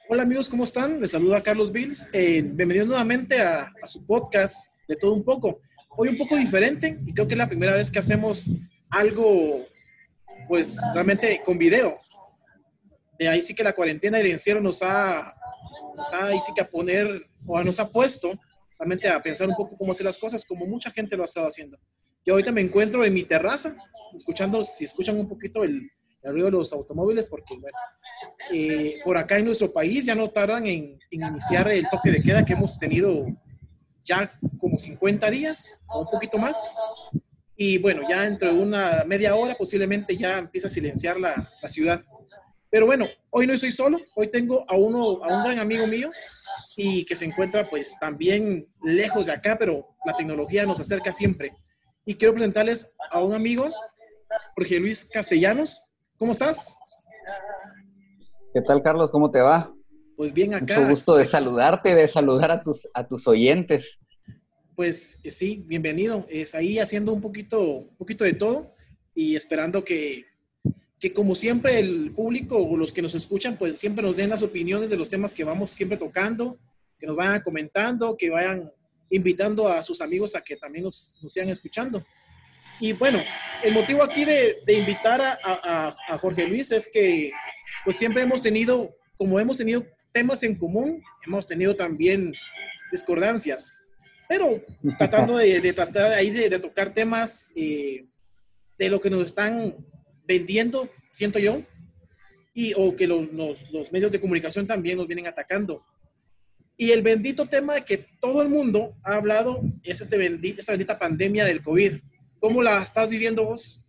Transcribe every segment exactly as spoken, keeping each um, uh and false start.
Hola amigos, ¿cómo están? Les saluda Carlos Bills. Eh, bienvenidos nuevamente a, a su podcast de todo un poco. Hoy un poco diferente y creo que es la primera vez que hacemos algo, pues realmente con video. De ahí sí que la cuarentena y el encierro nos ha, nos ha ahí sí que a poner, o nos ha puesto realmente a pensar un poco cómo hacer las cosas, como mucha gente lo ha estado haciendo. Yo ahorita me encuentro en mi terraza, escuchando, si escuchan un poquito el, el ruido de los automóviles, porque bueno, eh, por acá en nuestro país ya no tardan en, en iniciar el toque de queda que hemos tenido ya como cincuenta días o un poquito más. Y bueno, ya dentro de una media hora posiblemente ya empieza a silenciar la, la ciudad. Pero bueno, hoy no estoy solo, hoy tengo a uno, a un gran amigo mío y que se encuentra pues también lejos de acá, pero la tecnología nos acerca siempre. Y quiero presentarles a un amigo, Jorge Luis Castellanos. ¿Cómo estás? ¿Qué tal, Carlos? ¿Cómo te va? Pues bien Mucho acá, gusto de saludarte, de saludar a tus, a tus oyentes. pues eh, sí, bienvenido. Es ahí haciendo un poquito, un poquito de todo y esperando que, que como siempre el público o los que nos escuchan, pues siempre nos den las opiniones de los temas que vamos siempre tocando, que nos vayan comentando, que vayan invitando a sus amigos a que también nos, nos sigan escuchando. Y bueno, el motivo aquí de, de invitar a, a, a Jorge Luis es que pues siempre hemos tenido, como hemos tenido temas en común, hemos tenido también discordancias, pero tratando de, de tratar ahí de, de tocar temas eh, de lo que nos están vendiendo, siento yo, y o que los, los, los medios de comunicación también nos vienen atacando. Y el bendito tema de que todo el mundo ha hablado es este bendi esta bendita pandemia del COVID. ¿Cómo la estás viviendo vos?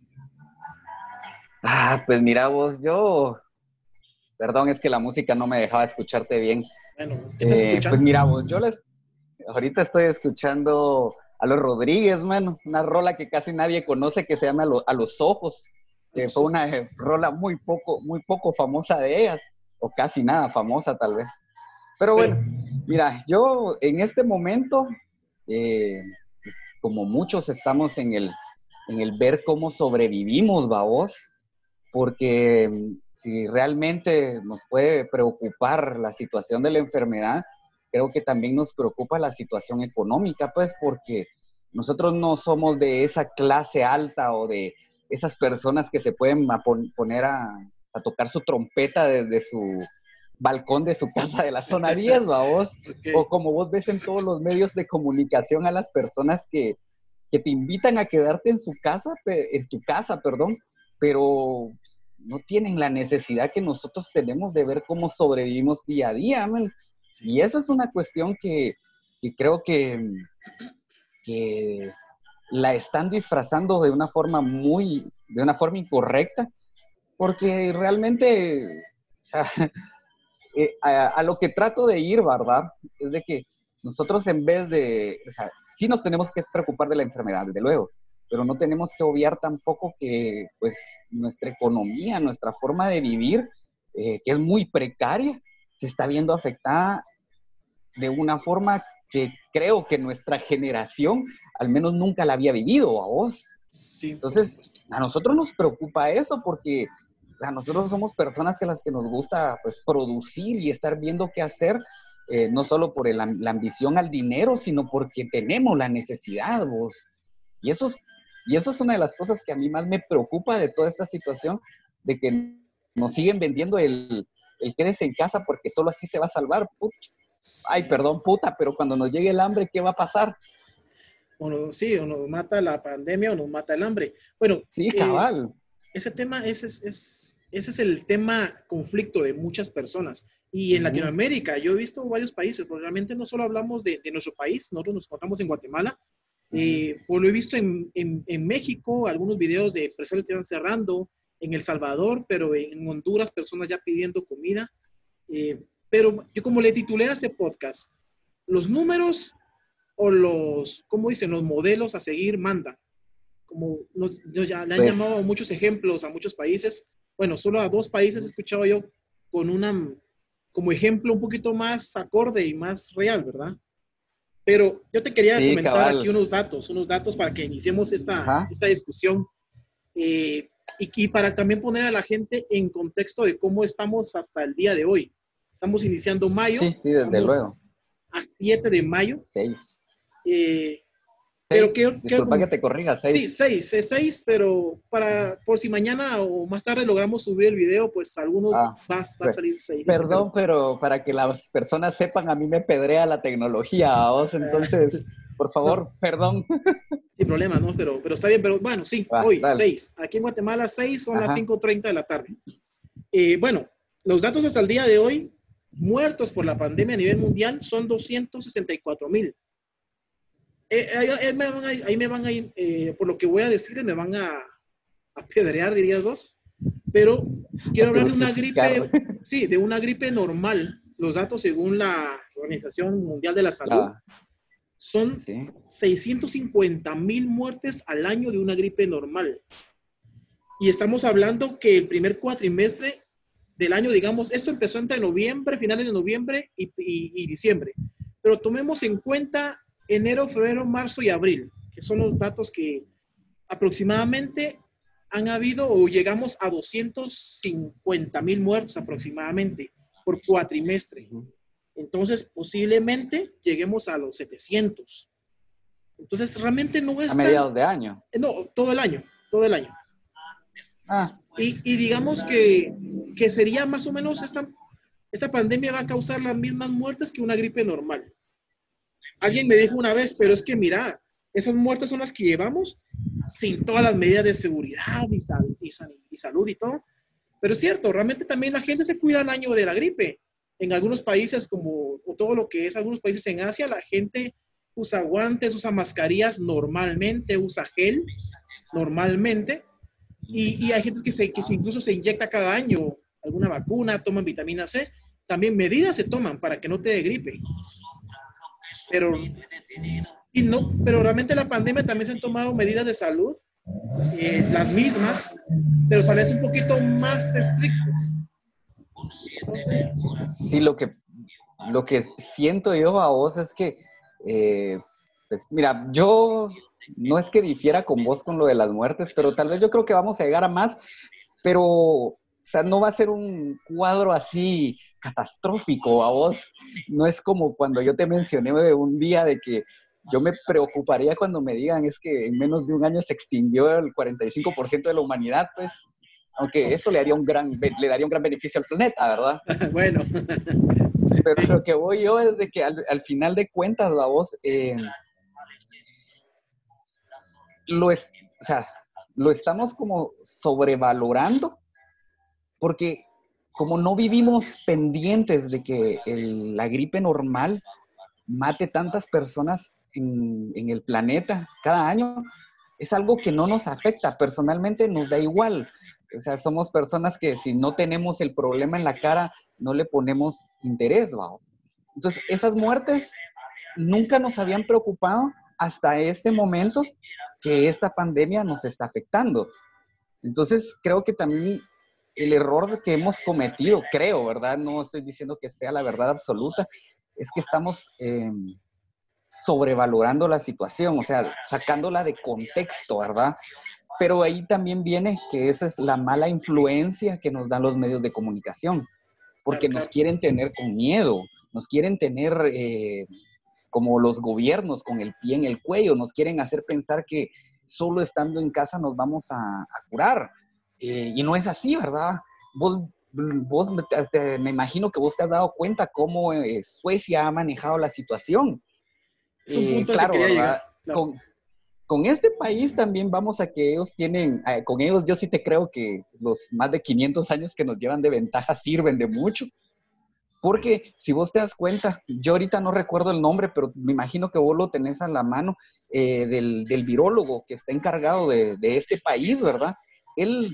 Ah, pues mira vos, yo, perdón, es que la música no me dejaba escucharte bien. Bueno, ¿qué estás Eh, pues escuchando? mira vos, yo les, ahorita estoy escuchando a los Rodríguez, mano, una rola que casi nadie conoce que se llama A, lo, a los Ojos, A que los fue una ojos. eh, rola muy poco, muy poco famosa de ellas, o casi nada famosa tal vez. Pero Pero, bueno, mira, yo en este momento, eh, como muchos estamos en el, en el ver cómo sobrevivimos, babos, porque mm, si realmente nos puede preocupar la situación de la enfermedad, creo que también nos preocupa la situación económica, pues porque nosotros no somos de esa clase alta o de esas personas que se pueden a pon poner a, a tocar su trompeta desde su balcón de su casa de la zona diez, ¿va vos? ok. O como vos ves en todos los medios de comunicación a las personas que, que te invitan a quedarte en su casa, en tu casa, perdón, pero no tienen la necesidad que nosotros tenemos de ver cómo sobrevivimos día a día, man. Sí. Y eso es una cuestión que, que creo que, que la están disfrazando de una forma muy, de una forma incorrecta, porque realmente, o sea, eh, a, a, lo que trato de ir, ¿verdad? Es de que nosotros en vez de, o sea, sí nos tenemos que preocupar de la enfermedad, desde luego, pero no tenemos que obviar tampoco que, pues, nuestra economía, nuestra forma de vivir, eh, que es muy precaria, se está viendo afectada de una forma que creo que nuestra generación al menos nunca la había vivido, a vos. Sí, por Entonces, supuesto. a nosotros nos preocupa eso porque a nosotros somos personas que las que nos gusta pues producir y estar viendo qué hacer, eh, no solo por el, la ambición al dinero, sino porque tenemos la necesidad, vos. Y eso, y eso es una de las cosas que a mí más me preocupa de toda esta situación, de que nos siguen vendiendo el, el quédese en casa porque solo así se va a salvar. Put, ay, Sí. perdón, puta, pero cuando nos llegue el hambre, ¿qué va a pasar? O nos, sí, o nos mata la pandemia o nos mata el hambre. Bueno, Sí, eh, cabal. ese tema, ese es, es, ese es el tema conflicto de muchas personas. Y en Uh-huh. Latinoamérica, yo he visto varios países, porque realmente no solo hablamos de, de nuestro país, nosotros nos encontramos en Guatemala, Uh-huh. eh, pues lo he visto en, en, en, México, algunos videos de personas que están cerrando, en El Salvador, pero en Honduras, personas ya pidiendo comida. Eh, pero yo como le titulé a este podcast, los números o los, ¿cómo dicen? Los modelos a seguir mandan. Como nos, ya le han Pues llamado muchos ejemplos a muchos países. Bueno, solo a dos países he escuchado yo con una, como ejemplo un poquito más acorde y más real, ¿verdad? Pero yo te quería sí, comentar aquí cabal. unos datos, unos datos para que iniciemos esta, Ajá. esta discusión eh, y, y para también poner a la gente en contexto de cómo estamos hasta el día de hoy. Estamos iniciando mayo. Sí, sí, desde Estamos luego. a siete de mayo. Seis. Eh, Seis. pero que, Disculpa que, que te corrija, sí, seis. seis, es seis, pero para, por si mañana o más tarde logramos subir el video, pues algunos Ah, va, va a pues, salir seis. perdón, pero para que las personas sepan, a mí me pedrea la tecnología, ¿a vos? Entonces, por No, favor, perdón. sin problema, ¿no? Pero, pero está bien, pero bueno, sí, Va, hoy, dale. seis. Aquí en Guatemala, seis son las Ajá. cinco treinta de la tarde. Eh, bueno, los datos hasta el día de hoy, muertos por la pandemia a nivel mundial, son doscientos sesenta y cuatro mil. Eh, ahí, ahí me van a, ahí me van a ir, eh, por lo que voy a decirles, me van a apedrear, dirías vos. Pero quiero A hablar de una crucificar. gripe, sí, de una gripe normal. Los datos según la Organización Mundial de la Salud Ya, son sí. seiscientos cincuenta mil muertes al año de una gripe normal. Y estamos hablando que el primer cuatrimestre del año, digamos, esto empezó entre noviembre, finales de noviembre y, y, y diciembre. Pero tomemos en cuenta enero, febrero, marzo y abril, que son los datos que aproximadamente han habido o llegamos a doscientos cincuenta mil muertos aproximadamente por cuatrimestre. Entonces, posiblemente lleguemos a los setecientos. Entonces, realmente no A es tan... mediados de año. No, todo el año, todo el año. Ah, Y, y digamos que, que sería más o menos esta, esta pandemia va a causar las mismas muertes que una gripe normal. Alguien me dijo una vez, pero es que mira, esas muertes son las que llevamos sin todas las medidas de seguridad y, sal, y, sal, y salud y todo. Pero es cierto, realmente también la gente se cuida al año de la gripe. En algunos países, como o todo lo que es algunos países en Asia, la gente usa guantes, usa mascarillas normalmente, usa gel normalmente. Y, y hay gente que, se, que se incluso se inyecta cada año alguna vacuna, toman vitamina C. También medidas se toman para que no te dé gripe. Pero, y no, pero realmente la pandemia también se han tomado medidas de salud, eh, las mismas, pero tal vez un poquito más estrictas. Entonces, sí, lo que, lo que siento yo a vos es que, eh, pues, mira, yo no es que difiera con vos con lo de las muertes, pero tal vez yo creo que vamos a llegar a más, pero, o sea, no va a ser un cuadro así catastrófico a vos. No es como cuando yo te mencioné un día de que yo me preocuparía cuando me digan es que en menos de un año se extinguió el cuarenta y cinco por ciento de la humanidad, pues, aunque eso le daría un gran, le daría un gran beneficio al planeta, ¿verdad? bueno. Pero lo que voy yo es de que al, al final de cuentas, la voz, eh, lo, es, o sea, lo estamos como sobrevalorando, porque como no vivimos pendientes de que el, la gripe normal mate tantas personas en, en el planeta cada año, es algo que no nos afecta. Personalmente nos da igual. O sea, somos personas que si no tenemos el problema en la cara, no le ponemos interés, ¿va? Entonces, esas muertes nunca nos habían preocupado hasta este momento que esta pandemia nos está afectando. Entonces, creo que también el error que hemos cometido, creo, ¿verdad? No estoy diciendo que sea la verdad absoluta, es que estamos eh, sobrevalorando la situación, o sea, sacándola de contexto, ¿verdad? Pero ahí también viene que esa es la mala influencia que nos dan los medios de comunicación, porque Claro, nos claro. quieren tener con miedo, nos quieren tener eh, como los gobiernos con el pie en el cuello, nos quieren hacer pensar que solo estando en casa nos vamos a, a curar. Eh, y no es así, ¿verdad? Vos, vos me, te, me imagino que vos te has dado cuenta cómo eh, Suecia ha manejado la situación. Es un Eh, punto al que claro, quería ¿verdad? llegar. Claro. Con, con este país también vamos a que ellos tienen, eh, con ellos yo sí te creo que los más de quinientos años que nos llevan de ventaja sirven de mucho. Porque si vos te das cuenta, yo ahorita no recuerdo el nombre, pero me imagino que vos lo tenés a la mano, eh, del, del virólogo que está encargado de, de este país, ¿verdad? Él,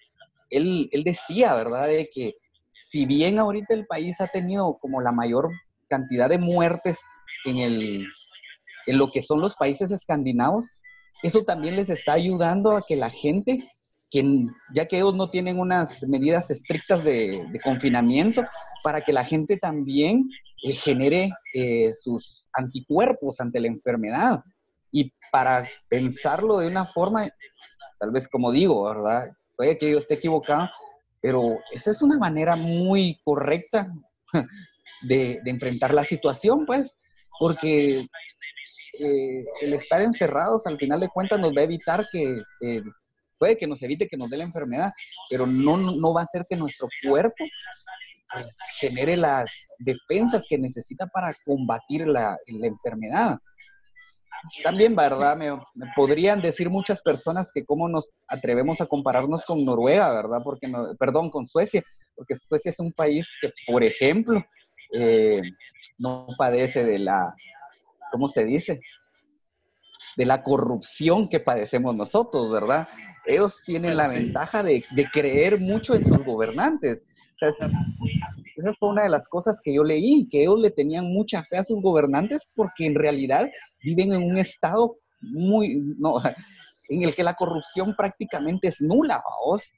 él, él decía, ¿verdad? De que si bien ahorita el país ha tenido como la mayor cantidad de muertes en, el, en lo que son los países escandinavos, eso también les está ayudando a que la gente, que, ya que ellos no tienen unas medidas estrictas de, de confinamiento, para que la gente también eh, genere eh, sus anticuerpos ante la enfermedad. Y para pensarlo de una forma, tal vez como digo, ¿verdad? Puede que yo esté equivocado, pero esa es una manera muy correcta de, de enfrentar la situación, pues, porque eh, el estar encerrados al final de cuentas nos va a evitar que, eh, puede que nos evite que nos dé la enfermedad, pero no, no va a hacer que nuestro cuerpo pues, genere las defensas que necesita para combatir la, la enfermedad. También, ¿verdad? Me, me podrían decir muchas personas que cómo nos atrevemos a compararnos con Noruega, ¿verdad? Porque no, perdón, con Suecia, porque Suecia es un país que, por ejemplo, eh, no padece de la, ¿cómo se dice? De la corrupción que padecemos nosotros, ¿verdad? Ellos tienen Bueno, la sí. ventaja de, de creer mucho en sus gobernantes. O sea, esa fue una de las cosas que yo leí, que ellos le tenían mucha fe a sus gobernantes porque en realidad viven en un estado muy, no, en el que la corrupción prácticamente es nula, ¿vos?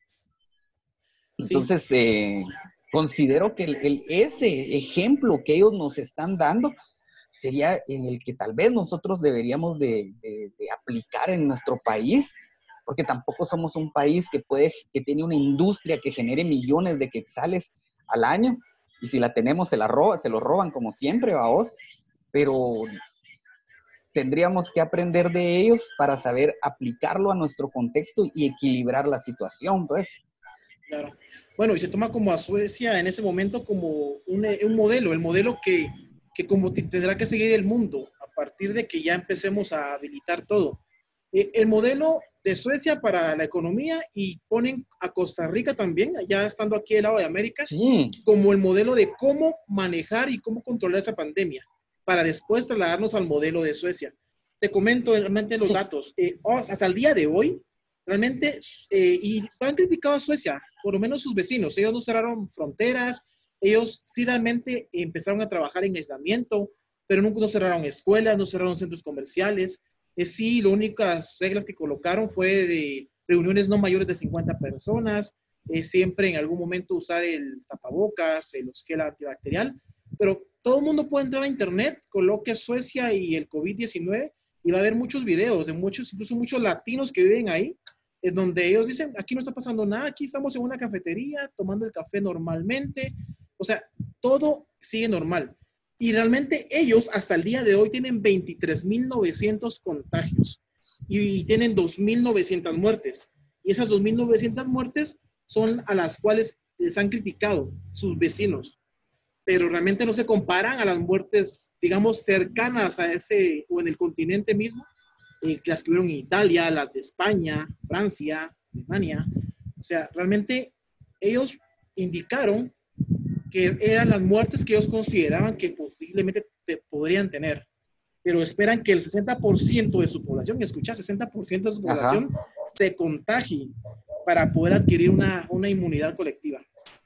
Sí, Entonces, eh, considero que el, el, ese ejemplo que ellos nos están dando sería en el que tal vez nosotros deberíamos de, de, de aplicar en nuestro país, porque tampoco somos un país que, puede, que tiene una industria que genere millones de quetzales al año, y si la tenemos se la roban, se lo roban como siempre, vamos, pero tendríamos que aprender de ellos para saber aplicarlo a nuestro contexto y equilibrar la situación, pues. claro. Bueno, y se toma como a Suecia en ese momento como un, un modelo, el modelo que, que como tendrá que seguir el mundo a partir de que ya empecemos a habilitar todo. Eh, el modelo de Suecia para la economía y ponen a Costa Rica también, ya estando aquí del lado de América, Sí. como el modelo de cómo manejar y cómo controlar esa pandemia, para después trasladarnos al modelo de Suecia. Te comento realmente los Sí. datos. Eh, hasta el día de hoy, realmente, eh, y han criticado a Suecia, por lo menos sus vecinos, ellos no cerraron fronteras, ellos sí realmente empezaron a trabajar en aislamiento, pero nunca no cerraron escuelas, no cerraron centros comerciales, eh, sí, las únicas reglas que colocaron fue de reuniones no mayores de cincuenta personas, eh, siempre en algún momento usar el tapabocas, el gel antibacterial, pero todo el mundo puede entrar a internet, coloque Suecia y el COVID diecinueve y va a haber muchos videos de muchos, incluso muchos latinos que viven ahí, en donde ellos dicen, aquí no está pasando nada, aquí estamos en una cafetería tomando el café normalmente, o sea, todo sigue normal. Y realmente ellos hasta el día de hoy tienen veintitrés mil novecientos contagios y tienen dos mil novecientas muertes. Y esas dos mil novecientas muertes son a las cuales les han criticado sus vecinos, pero realmente no se comparan a las muertes, digamos, cercanas a ese, o en el continente mismo, eh, las que hubieron en Italia, las de España, Francia, Alemania. O sea, realmente ellos indicaron que eran las muertes que ellos consideraban que posiblemente te podrían tener, pero esperan que el sesenta por ciento de su población, escucha, sesenta por ciento de su población Ajá. se contagie para poder adquirir una, una inmunidad colectiva.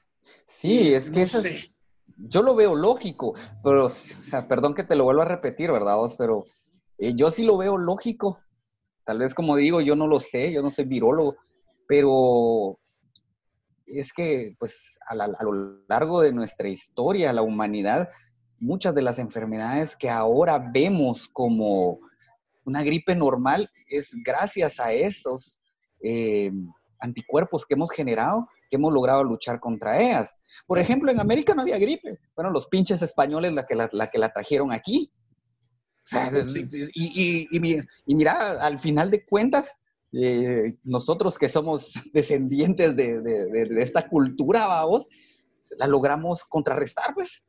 Sí, Y es que no eso sé. es, yo lo veo lógico, pero, o sea, perdón que te lo vuelvo a repetir, ¿verdad vos? Pero eh, yo sí lo veo lógico. Tal vez, como digo, yo no lo sé, yo no soy virólogo, pero es que, pues, a, la, a lo largo de nuestra historia, la humanidad, muchas de las enfermedades que ahora vemos como una gripe normal es gracias a esos eh, anticuerpos que hemos generado, que hemos logrado luchar contra ellas. Por Claro. ejemplo, en América no había gripe, fueron los pinches españoles la que la, la, que la trajeron aquí. O sea, Bueno, sí. y, y, y, y mira, al final de cuentas, eh, nosotros que somos descendientes de, de, de, de esta cultura, vamos, la logramos contrarrestar, pues.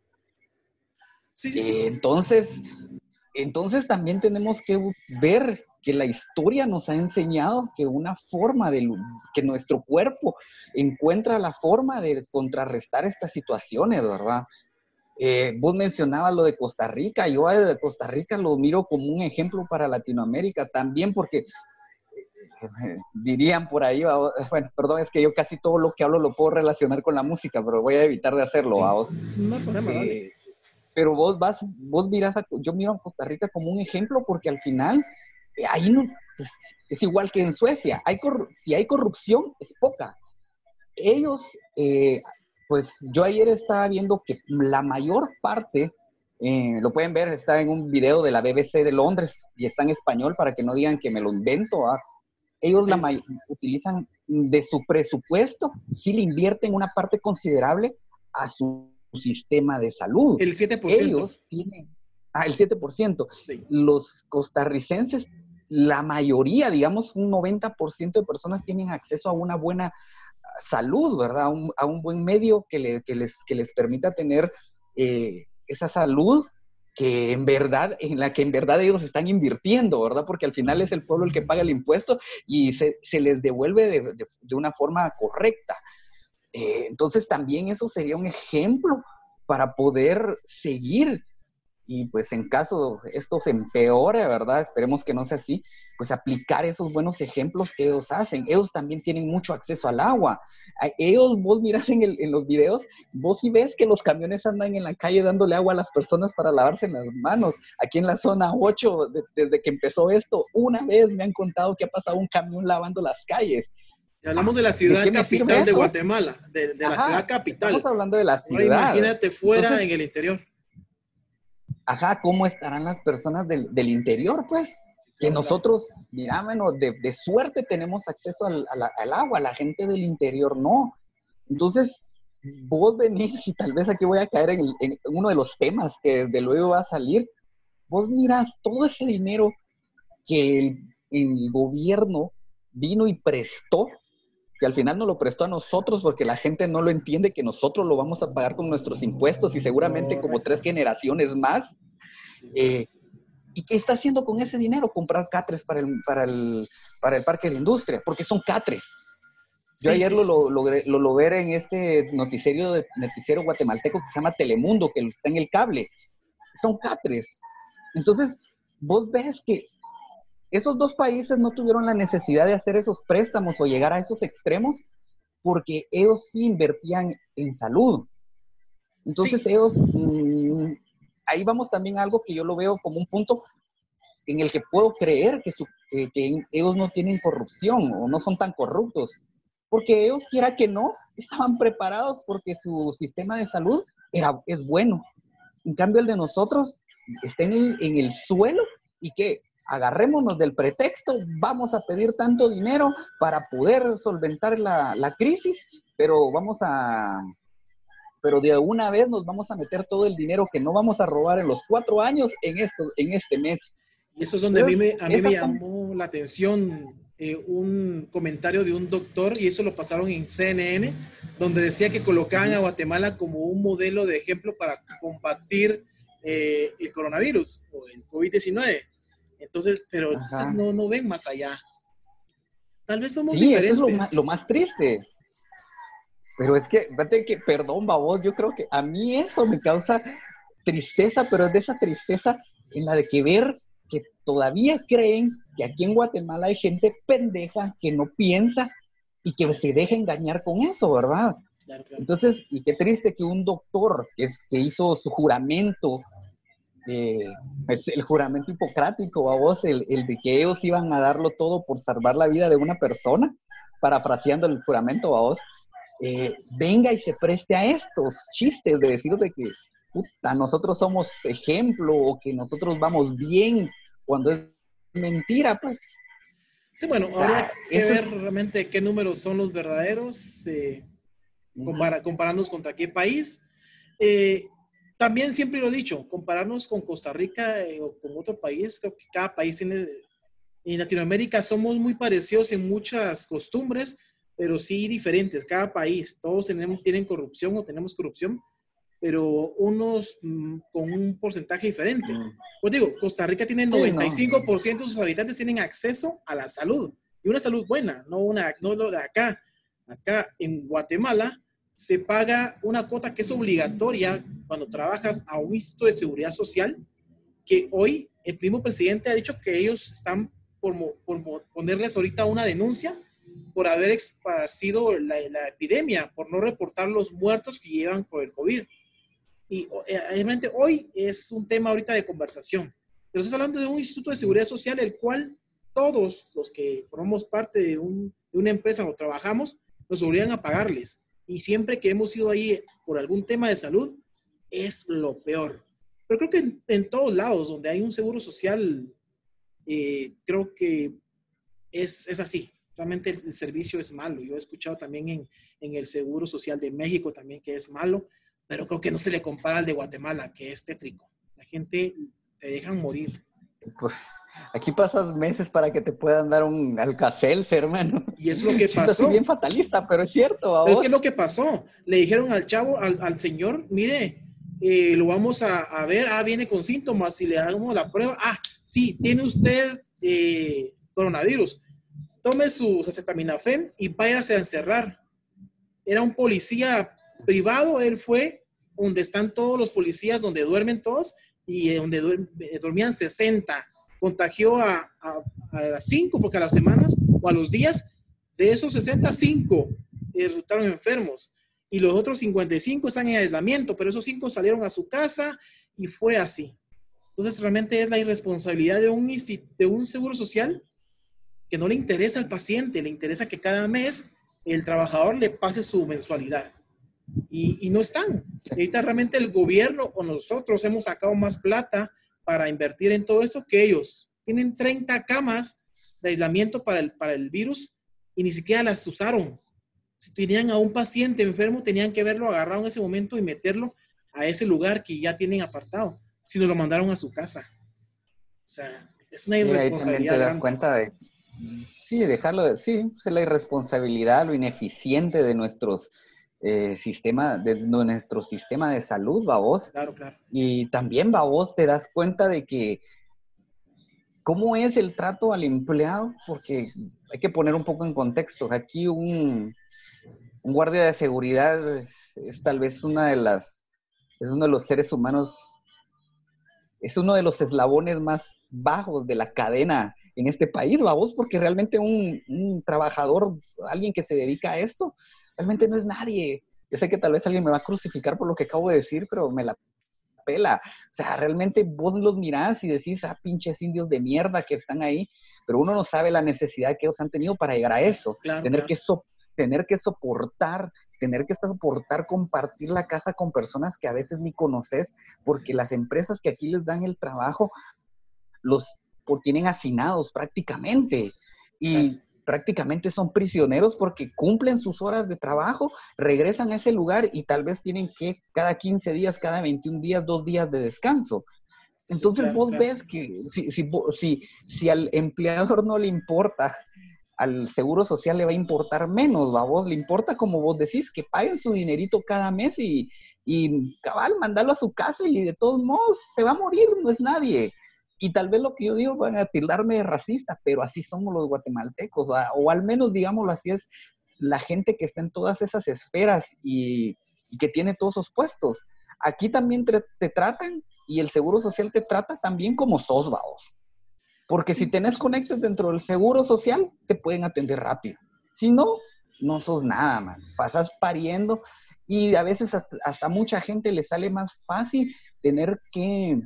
Sí, sí, sí. Eh, entonces, entonces también tenemos que ver que la historia nos ha enseñado que una forma de, que nuestro cuerpo encuentra la forma de contrarrestar estas situaciones, ¿verdad? Eh, vos mencionabas lo de Costa Rica, yo de Costa Rica lo miro como un ejemplo para Latinoamérica también, porque eh, dirían por ahí, bueno, perdón, es que yo casi todo lo que hablo lo puedo relacionar con la música, pero voy a evitar de hacerlo, Sí. vos. No hay problema, dale. Eh, pero vos vas, vos miras, a, yo miro a Costa Rica como un ejemplo porque al final, eh, ahí no, pues, es igual que en Suecia, hay si hay corrupción, es poca. Ellos, eh, pues yo ayer estaba viendo que la mayor parte, eh, lo pueden ver, está en un video de la B B C de Londres y está en español para que no digan que me lo invento. ¿Ah? Ellos Ok. la utilizan de su presupuesto, sí le invierten una parte considerable a su sistema de salud. El siete por ciento. Ellos tienen, ah, el siete por ciento. Sí. Los costarricenses, la mayoría, digamos, un noventa por ciento de personas tienen acceso a una buena salud, ¿verdad? A un, a un buen medio que, le, que, les, que les permita tener eh, esa salud que en verdad, en la que en verdad ellos están invirtiendo, ¿verdad? Porque al final es el pueblo el que paga el impuesto y se, se les devuelve de, de, de una forma correcta. Eh, entonces también eso sería un ejemplo para poder seguir. Y pues en caso esto se empeore, ¿verdad? Esperemos que no sea así, pues aplicar esos buenos ejemplos que ellos hacen. Ellos también tienen mucho acceso al agua. A ellos, vos mirás en, el, en los videos, vos sí ves que los camiones andan en la calle dándole agua a las personas para lavarse las manos. Aquí en la zona ocho, de, desde que empezó esto, una vez me han contado que ha pasado un camión lavando las calles. Y hablamos de la ciudad ¿De capital de Guatemala, de, de la Ajá, ciudad capital. Estamos hablando de la ciudad. Ahora imagínate fuera Entonces, en el interior. Ajá, ¿cómo estarán las personas del, del interior, pues? Que nosotros, mira, bueno, de, de suerte tenemos acceso al, al, al agua, la gente del interior no. Entonces, vos venís, y tal vez aquí voy a caer en, el, en uno de los temas que de luego va a salir, vos mirás todo ese dinero que el, el gobierno vino y prestó, que al final no lo prestó a nosotros porque la gente no lo entiende, que nosotros lo vamos a pagar con nuestros impuestos y seguramente Correcto. Como tres generaciones más. Sí, eh, ¿Y qué está haciendo con ese dinero? Comprar catres para el, para el, para el parque de la industria, porque son catres. Yo sí, ayer sí, lo, lo, logré, lo logré en este noticiero, de, noticiero guatemalteco que se llama Telemundo, que está en el cable. Son catres. Entonces, vos ves que esos dos países no tuvieron la necesidad de hacer esos préstamos o llegar a esos extremos porque ellos sí invertían en salud. Entonces sí. ellos, mmm, ahí vamos también a algo que yo lo veo como un punto en el que puedo creer que, su, eh, que ellos no tienen corrupción o no son tan corruptos. Porque ellos, quiera que no, estaban preparados porque su sistema de salud era, es bueno. En cambio, el de nosotros está en el, en el suelo y que agarrémonos del pretexto, vamos a pedir tanto dinero para poder solventar la, la crisis, pero vamos a, pero de una vez nos vamos a meter todo el dinero que no vamos a robar en los cuatro años en, esto, en este mes. Y eso es donde Entonces, a mí me, a mí me llamó son... la atención eh, un comentario de un doctor, y eso lo pasaron en C N N, donde decía que colocaban a Guatemala como un modelo de ejemplo para combatir eh, el coronavirus o el COVID diecinueve. Entonces, pero entonces no, no ven más allá. Tal vez somos sí, diferentes. Eso es lo más, lo más triste. Pero es que, fíjate que, perdón, babos, yo creo que a mí eso me causa tristeza, pero es de esa tristeza en la de que ver que todavía creen que aquí en Guatemala hay gente pendeja que no piensa y que se deja engañar con eso, ¿verdad? Claro, claro. Entonces, y qué triste que un doctor que, es, que hizo su juramento, eh, el juramento hipocrático, a vos, el, el de que ellos iban a darlo todo por salvar la vida de una persona, parafraseando el juramento, a vos, eh, venga y se preste a estos chistes de decir de que puta, nosotros somos ejemplo o que nosotros vamos bien, cuando es mentira, pues. Sí, bueno, habría que ver es... realmente qué números son los verdaderos, eh, compara, compararnos contra qué país. Eh, también siempre lo he dicho, compararnos con Costa Rica eh, o con otro país, creo que cada país tiene, en Latinoamérica somos muy parecidos en muchas costumbres, pero sí diferentes, cada país, todos tenemos, tienen corrupción o tenemos corrupción, pero unos mmm, con un porcentaje diferente. Pues digo, Costa Rica tiene noventa y cinco por ciento de sus habitantes tienen acceso a la salud, y una salud buena, no, una, no lo de acá. Acá en Guatemala se paga una cuota que es obligatoria cuando trabajas a un instituto de seguridad social, que hoy el mismo presidente ha dicho que ellos están por, por ponerles ahorita una denuncia por haber esparcido la, la epidemia, por no reportar los muertos que llevan por el COVID. Y eh, realmente hoy es un tema ahorita de conversación. Pero estás hablando de un instituto de seguridad social, el cual todos los que formamos parte de, un, de una empresa o trabajamos, nos obligan a pagarles. Y siempre que hemos ido ahí por algún tema de salud, es lo peor. Pero creo que en, en todos lados donde hay un seguro social, eh, creo que es, es así. Realmente el, el servicio es malo. Yo he escuchado también en, en el Seguro Social de México también que es malo. pero creo que no se le compara al de Guatemala, que es tétrico. La gente te dejan morir. Pues, aquí pasas meses para que te puedan dar un Alka-Seltzer, hermano. Y eso es lo que Siendo así pasó. bien fatalista, pero es cierto, ¿a Pero es vos? que es lo que pasó. Le dijeron al chavo, al, al señor, mire, eh, lo vamos a, a ver, ah, viene con síntomas, si le damos la prueba, ah, sí, tiene usted eh, coronavirus. Tome su acetaminofén y váyase a encerrar. Era un policía privado, él fue donde están todos los policías, donde duermen todos, y donde duerm, dormían sesenta. Contagió a, a, a las cinco, porque a las semanas o a los días, de esos sesenta, cinco resultaron enfermos. Y los otros cincuenta y cinco están en aislamiento, pero esos cinco salieron a su casa y fue así. Entonces realmente es la irresponsabilidad de un, de un seguro social que no le interesa al paciente, le interesa que cada mes el trabajador le pase su mensualidad. Y, y no están. Y ahorita realmente el gobierno o nosotros hemos sacado más plata para invertir en todo esto que ellos. Tienen treinta camas de aislamiento para el, para el virus y ni siquiera las usaron. Si tenían a un paciente enfermo, tenían que verlo agarrado en ese momento y meterlo a ese lugar que ya tienen apartado. Si no lo mandaron a su casa. O sea, es una Sí, ahí también irresponsabilidad te das grande. cuenta de, sí, dejarlo de, sí, es la irresponsabilidad, lo ineficiente de nuestros eh, sistema, de nuestro sistema de salud, babos. Claro, claro. Y también, babos, te das cuenta de que cómo es el trato al empleado, porque hay que poner un poco en contexto. Aquí un, un guardia de seguridad es, es tal vez una de las, es uno de los seres humanos, es uno de los eslabones más bajos de la cadena en este país, babos, porque realmente un, un trabajador, alguien que se dedica a esto, realmente no es nadie. Yo sé que tal vez alguien me va a crucificar por lo que acabo de decir, pero me la pela. O sea, realmente vos los mirás y decís, ah, pinches indios de mierda que están ahí, pero uno no sabe la necesidad que ellos han tenido para llegar a eso. Claro, tener, claro. Que so tener que soportar, tener que soportar compartir la casa con personas que a veces ni conoces, porque las empresas que aquí les dan el trabajo los tienen hacinados prácticamente. Y claro, prácticamente son prisioneros porque cumplen sus horas de trabajo, regresan a ese lugar y tal vez tienen que cada quince días, cada veintiún días, dos días de descanso. Entonces sí, claro, vos claro. ves que si, si, si, si al empleador no le importa, al seguro social le va a importar menos, ¿va? Vos le importa, como vos decís, que paguen su dinerito cada mes y, y cabal, mandarlo a su casa y de todos modos se va a morir, no es nadie. Y tal vez lo que yo digo van a tildarme de racista, pero así somos los guatemaltecos, o, o al menos, digámoslo así, es la gente que está en todas esas esferas y, y que tiene todos esos puestos. Aquí también te, te tratan y el seguro social te trata también como sos, vaos. Porque sí, si tenés conectes dentro del seguro social, te pueden atender rápido. Si no, no sos nada, man. Pasas pariendo y a veces hasta, hasta mucha gente le sale más fácil tener que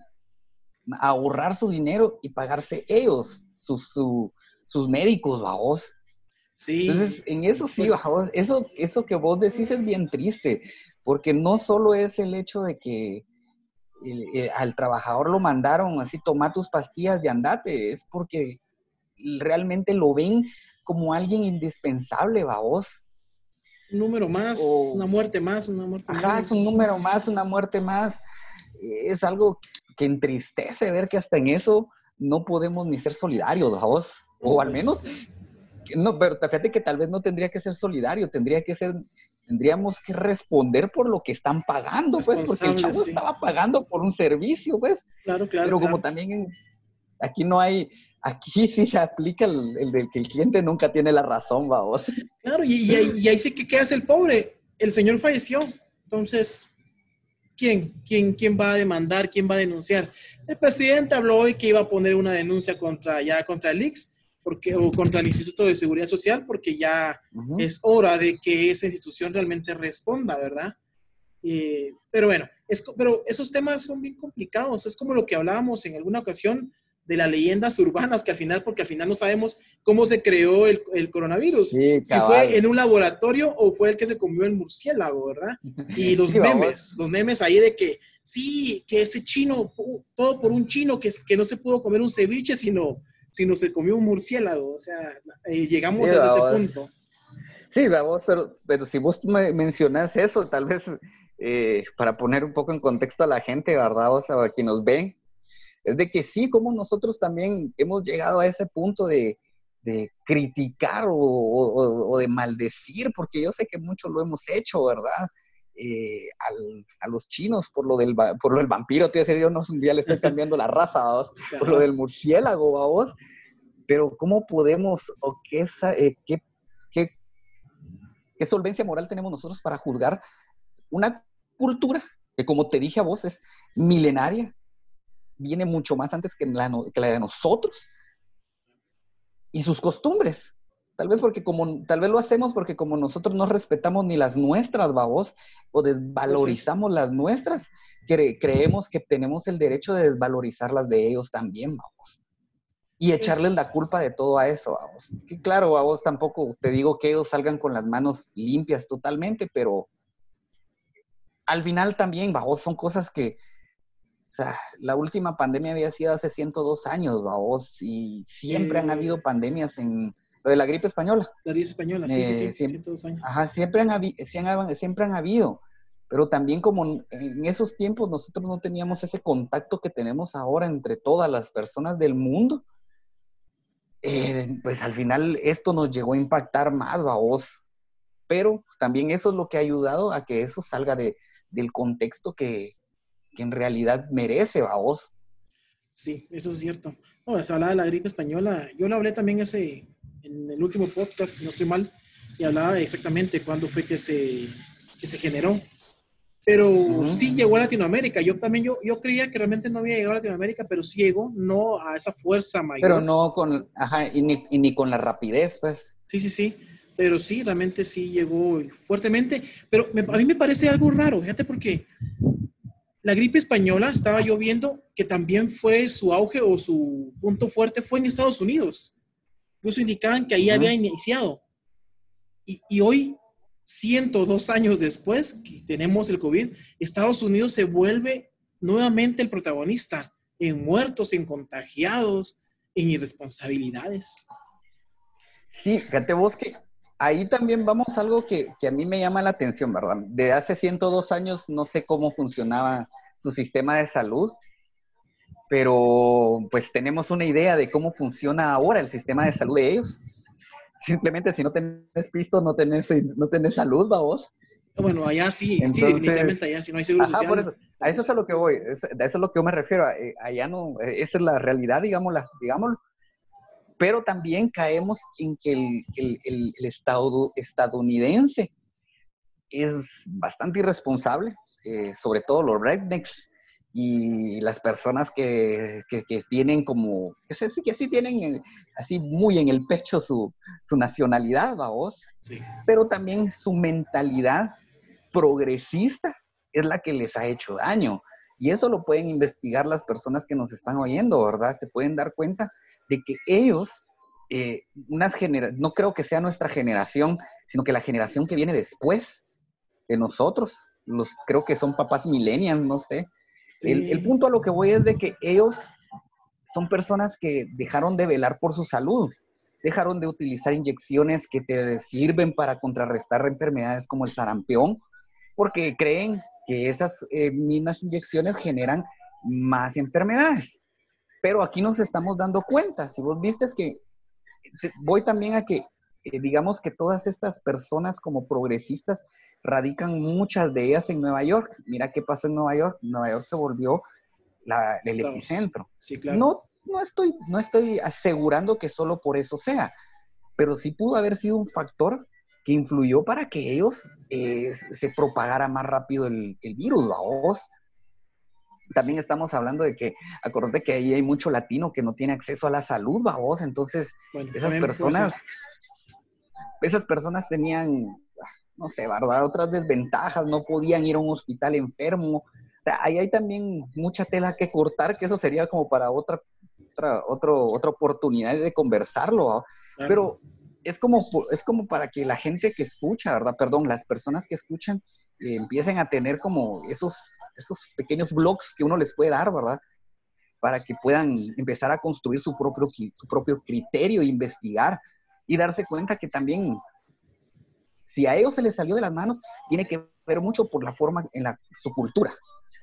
ahorrar su dinero y pagarse ellos, sus, su, sus médicos, vos. Sí. Entonces, en eso sí, pues, vos, eso, eso que vos decís es bien triste, porque no solo es el hecho de que el, el, al trabajador lo mandaron así, toma tus pastillas y andate, es porque realmente lo ven como alguien indispensable, vos. Un número más, o, una muerte más, una muerte ajá, menos. Es un número más, una muerte más. Es algo que entristece ver que hasta en eso no podemos ni ser solidarios, vos. O al menos, no, pero fíjate que tal vez no tendría que ser solidario, tendría que ser, tendríamos que responder por lo que están pagando, pues, porque el chavo sí. estaba pagando por un servicio, pues. Claro, claro. Pero como claro. también en, aquí no hay, aquí sí se aplica el, el de que el cliente nunca tiene la razón, vos. Claro, y, y, y ahí sí que ¿qué hace el pobre? El señor falleció, entonces... ¿Quién? ¿Quién? ¿Quién va a demandar? ¿Quién va a denunciar? El presidente habló hoy que iba a poner una denuncia contra, ya contra el I C S porque, o contra el Instituto de Seguridad Social porque ya uh-huh. es hora de que esa institución realmente responda, ¿verdad? Eh, pero bueno, es, pero esos temas son bien complicados. Es como lo que hablábamos en alguna ocasión de las leyendas urbanas, que al final, porque al final no sabemos cómo se creó el, el coronavirus. Sí, si fue en un laboratorio o fue el que se comió el murciélago, ¿verdad? Y los sí, memes, vamos. los memes ahí de que, sí, que este chino, todo por un chino que, que no se pudo comer un ceviche, sino, sino se comió un murciélago. O sea, eh, llegamos sí, a ese punto. Sí, vamos, pero, pero si vos me mencionás eso, tal vez eh, para poner un poco en contexto a la gente, ¿verdad? O sea, a quien nos ve, es de que sí, como nosotros también hemos llegado a ese punto de, de criticar o, o, o de maldecir, porque yo sé que muchos lo hemos hecho, ¿verdad? Eh, al, a los chinos por lo del, por lo del vampiro, te decir, yo no, un día le estoy cambiando la raza, ¿vamos? Por lo del murciélago, ¿vamos? Pero ¿cómo podemos, o qué, eh, qué, qué, qué solvencia moral tenemos nosotros para juzgar una cultura que, como te dije a vos, es milenaria, viene mucho más antes que la, que la de nosotros, y sus costumbres? Tal vez porque como, tal vez lo hacemos porque como nosotros no respetamos ni las nuestras, babos, o desvalorizamos las nuestras, cre creemos que tenemos el derecho de desvalorizar las de ellos también, babos. Y echarles la culpa de todo a eso, babos. Que claro, babos, tampoco te digo que ellos salgan con las manos limpias totalmente, pero al final también, babos, son cosas que, o sea, la última pandemia había sido hace ciento dos años, babos, y siempre eh, han habido pandemias en lo de la gripe española. La gripe española, sí, eh, sí, sí, siempre, ciento dos años. Ajá, siempre han, habi siempre, siempre han habido, pero también como en esos tiempos nosotros no teníamos ese contacto que tenemos ahora entre todas las personas del mundo, eh, pues al final esto nos llegó a impactar más, babos, pero también eso es lo que ha ayudado a que eso salga de, del contexto que, que en realidad merece, babos. Sí, eso es cierto. No, se hablaba de la gripe española. Yo lo hablé también ese, en el último podcast, si no estoy mal, y hablaba exactamente cuándo fue que se, que se generó. Pero uh-huh. sí llegó a Latinoamérica. Yo también, yo, yo creía que realmente no había llegado a Latinoamérica, pero sí llegó, no a esa fuerza mayor. Pero no con, ajá, y ni, y ni con la rapidez, pues. Sí, sí, sí. Pero sí, realmente sí llegó fuertemente. Pero me, a mí me parece algo raro, fíjate, porque la gripe española, estaba yo viendo que también fue su auge o su punto fuerte fue en Estados Unidos. Incluso indicaban que ahí uh-huh. había iniciado. Y, y hoy, ciento dos años después que tenemos el COVID, Estados Unidos se vuelve nuevamente el protagonista en muertos, en contagiados, en irresponsabilidades. Sí, fíjate vos que ahí también vamos a algo que, que a mí me llama la atención, ¿verdad? De hace ciento dos años no sé cómo funcionaba su sistema de salud, pero pues tenemos una idea de cómo funciona ahora el sistema de salud de ellos. Simplemente si no tenés pisto, no tenés, no tenés salud, ¿va vos? Bueno, allá sí, Entonces, sí, definitivamente allá, si no hay seguro ajá, social. Por eso, a eso es a lo que voy, es, a eso es lo que yo me refiero, allá no, esa es la realidad, digámosla, digámoslo. Pero también caemos en que el, el, el, el estado estadounidense es bastante irresponsable, eh, sobre todo los rednecks y las personas que, que, que tienen como, que sí, que sí tienen así muy en el pecho su, su nacionalidad, ¿vos? Sí. Pero también su mentalidad progresista es la que les ha hecho daño. Y eso lo pueden investigar las personas que nos están oyendo, ¿verdad? Se pueden dar cuenta de que ellos, eh, unas genera- no creo que sea nuestra generación, sino que la generación que viene después de nosotros, los, creo que son papás millennials, no sé. Sí. El, el punto a lo que voy es de que ellos son personas que dejaron de velar por su salud, dejaron de utilizar inyecciones que te sirven para contrarrestar enfermedades como el sarampión, porque creen que esas eh, mismas inyecciones generan más enfermedades. Pero aquí nos estamos dando cuenta, si vos viste que, voy también a que, eh, digamos que todas estas personas como progresistas radican muchas de ellas en Nueva York. Mira qué pasó en Nueva York. Nueva York se volvió la, el claro. epicentro. Sí, claro. No, no, estoy, no estoy asegurando que solo por eso sea, pero sí pudo haber sido un factor que influyó para que ellos eh, se propagara más rápido el, el virus, ¿a vos? También estamos hablando de que, acordate que ahí hay mucho latino que no tiene acceso a la salud, ¿va vos? Entonces, bueno, esas personas, esas personas tenían, no sé, ¿verdad? Otras desventajas, no podían ir a un hospital enfermo. O sea, ahí hay también mucha tela que cortar, que eso sería como para otra, otra, otro, otra oportunidad de conversarlo, ¿va? Claro. Pero es como, es como para que la gente que escucha, ¿verdad? Perdón, las personas que escuchan eh, empiecen a tener como esos, esos pequeños blogs que uno les puede dar, ¿verdad? Para que puedan empezar a construir su propio, su propio criterio, investigar y darse cuenta que también Si a ellos se les salió de las manos, tiene que ver mucho por la forma en la, su cultura.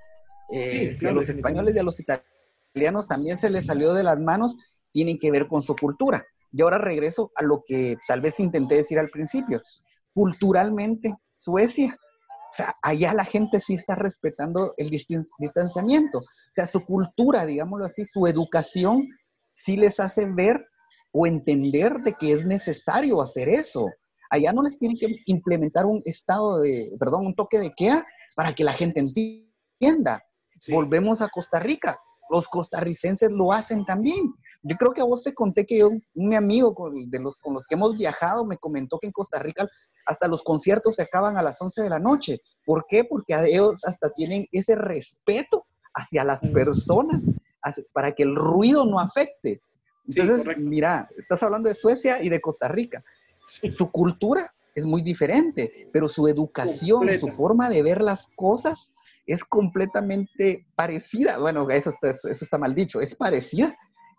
Eh, Sí, si a claro, los españoles y a los italianos también se les salió de las manos, tienen que ver con su cultura. Y ahora regreso a lo que tal vez intenté decir al principio. Culturalmente, Suecia, o sea, allá la gente sí está respetando el distin- distanciamiento. O sea, su cultura, digámoslo así, su educación, sí les hace ver o entender de que es necesario hacer eso. Allá no les tienen que implementar un estado de, perdón, un toque de queda para que la gente entienda. sí. Volvemos a Costa Rica. Los costarricenses lo hacen también. Yo creo que a vos te conté que yo, un amigo con, de los, con los que hemos viajado me comentó que en Costa Rica hasta los conciertos se acaban a las once de la noche. ¿Por qué? Porque a ellos hasta tienen ese respeto hacia las personas hacia, para que el ruido no afecte. Sí, Entonces, correcto. mira, estás hablando de Suecia y de Costa Rica. Sí. Su cultura es muy diferente, pero su educación, Completa. su forma de ver las cosas es completamente parecida. Bueno, eso está, eso está mal dicho, es parecida.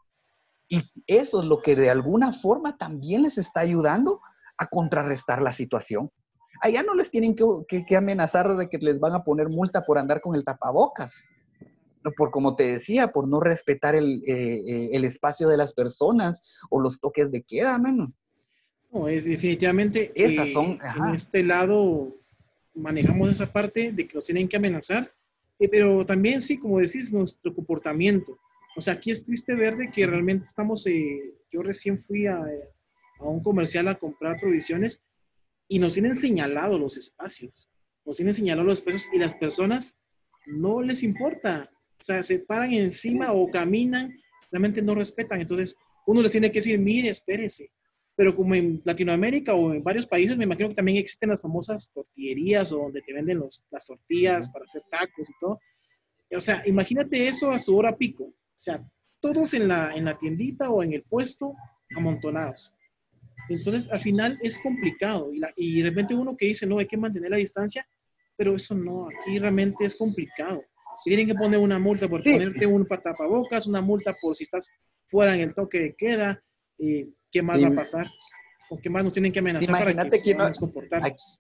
Y eso es lo que de alguna forma también les está ayudando a contrarrestar la situación. Allá no les tienen que, que, que amenazar de que les van a poner multa por andar con el tapabocas. Por, como te decía, por no respetar el, eh, el espacio de las personas o los toques de queda, mano. No, es definitivamente Esas son, eh, en ajá. este lado manejamos esa parte de que nos tienen que amenazar, eh, pero también sí, como decís, nuestro comportamiento. O sea, aquí es triste ver de que realmente estamos, eh, yo recién fui a, a un comercial a comprar provisiones y nos tienen señalado los espacios, nos tienen señalado los espacios y las personas no les importa, o sea, se paran encima o caminan, realmente no respetan, entonces uno les tiene que decir, mire, espérese, pero como en Latinoamérica o en varios países, me imagino que también existen las famosas tortillerías o donde te venden los, las tortillas para hacer tacos y todo, o sea, imagínate eso a su hora pico, o sea, todos en la, en la tiendita o en el puesto amontonados. Entonces, al final es complicado y, la, y de repente uno que dice, no, hay que mantener la distancia, pero eso no, aquí realmente es complicado. Tienen que poner una multa por Sí, ponerte un tapabocas, una multa por si estás fuera en el toque de queda, eh, ¿qué más sí, va a pasar? ¿O qué más nos tienen que sí, amenazar para que imagínate que no, podamos comportarnos?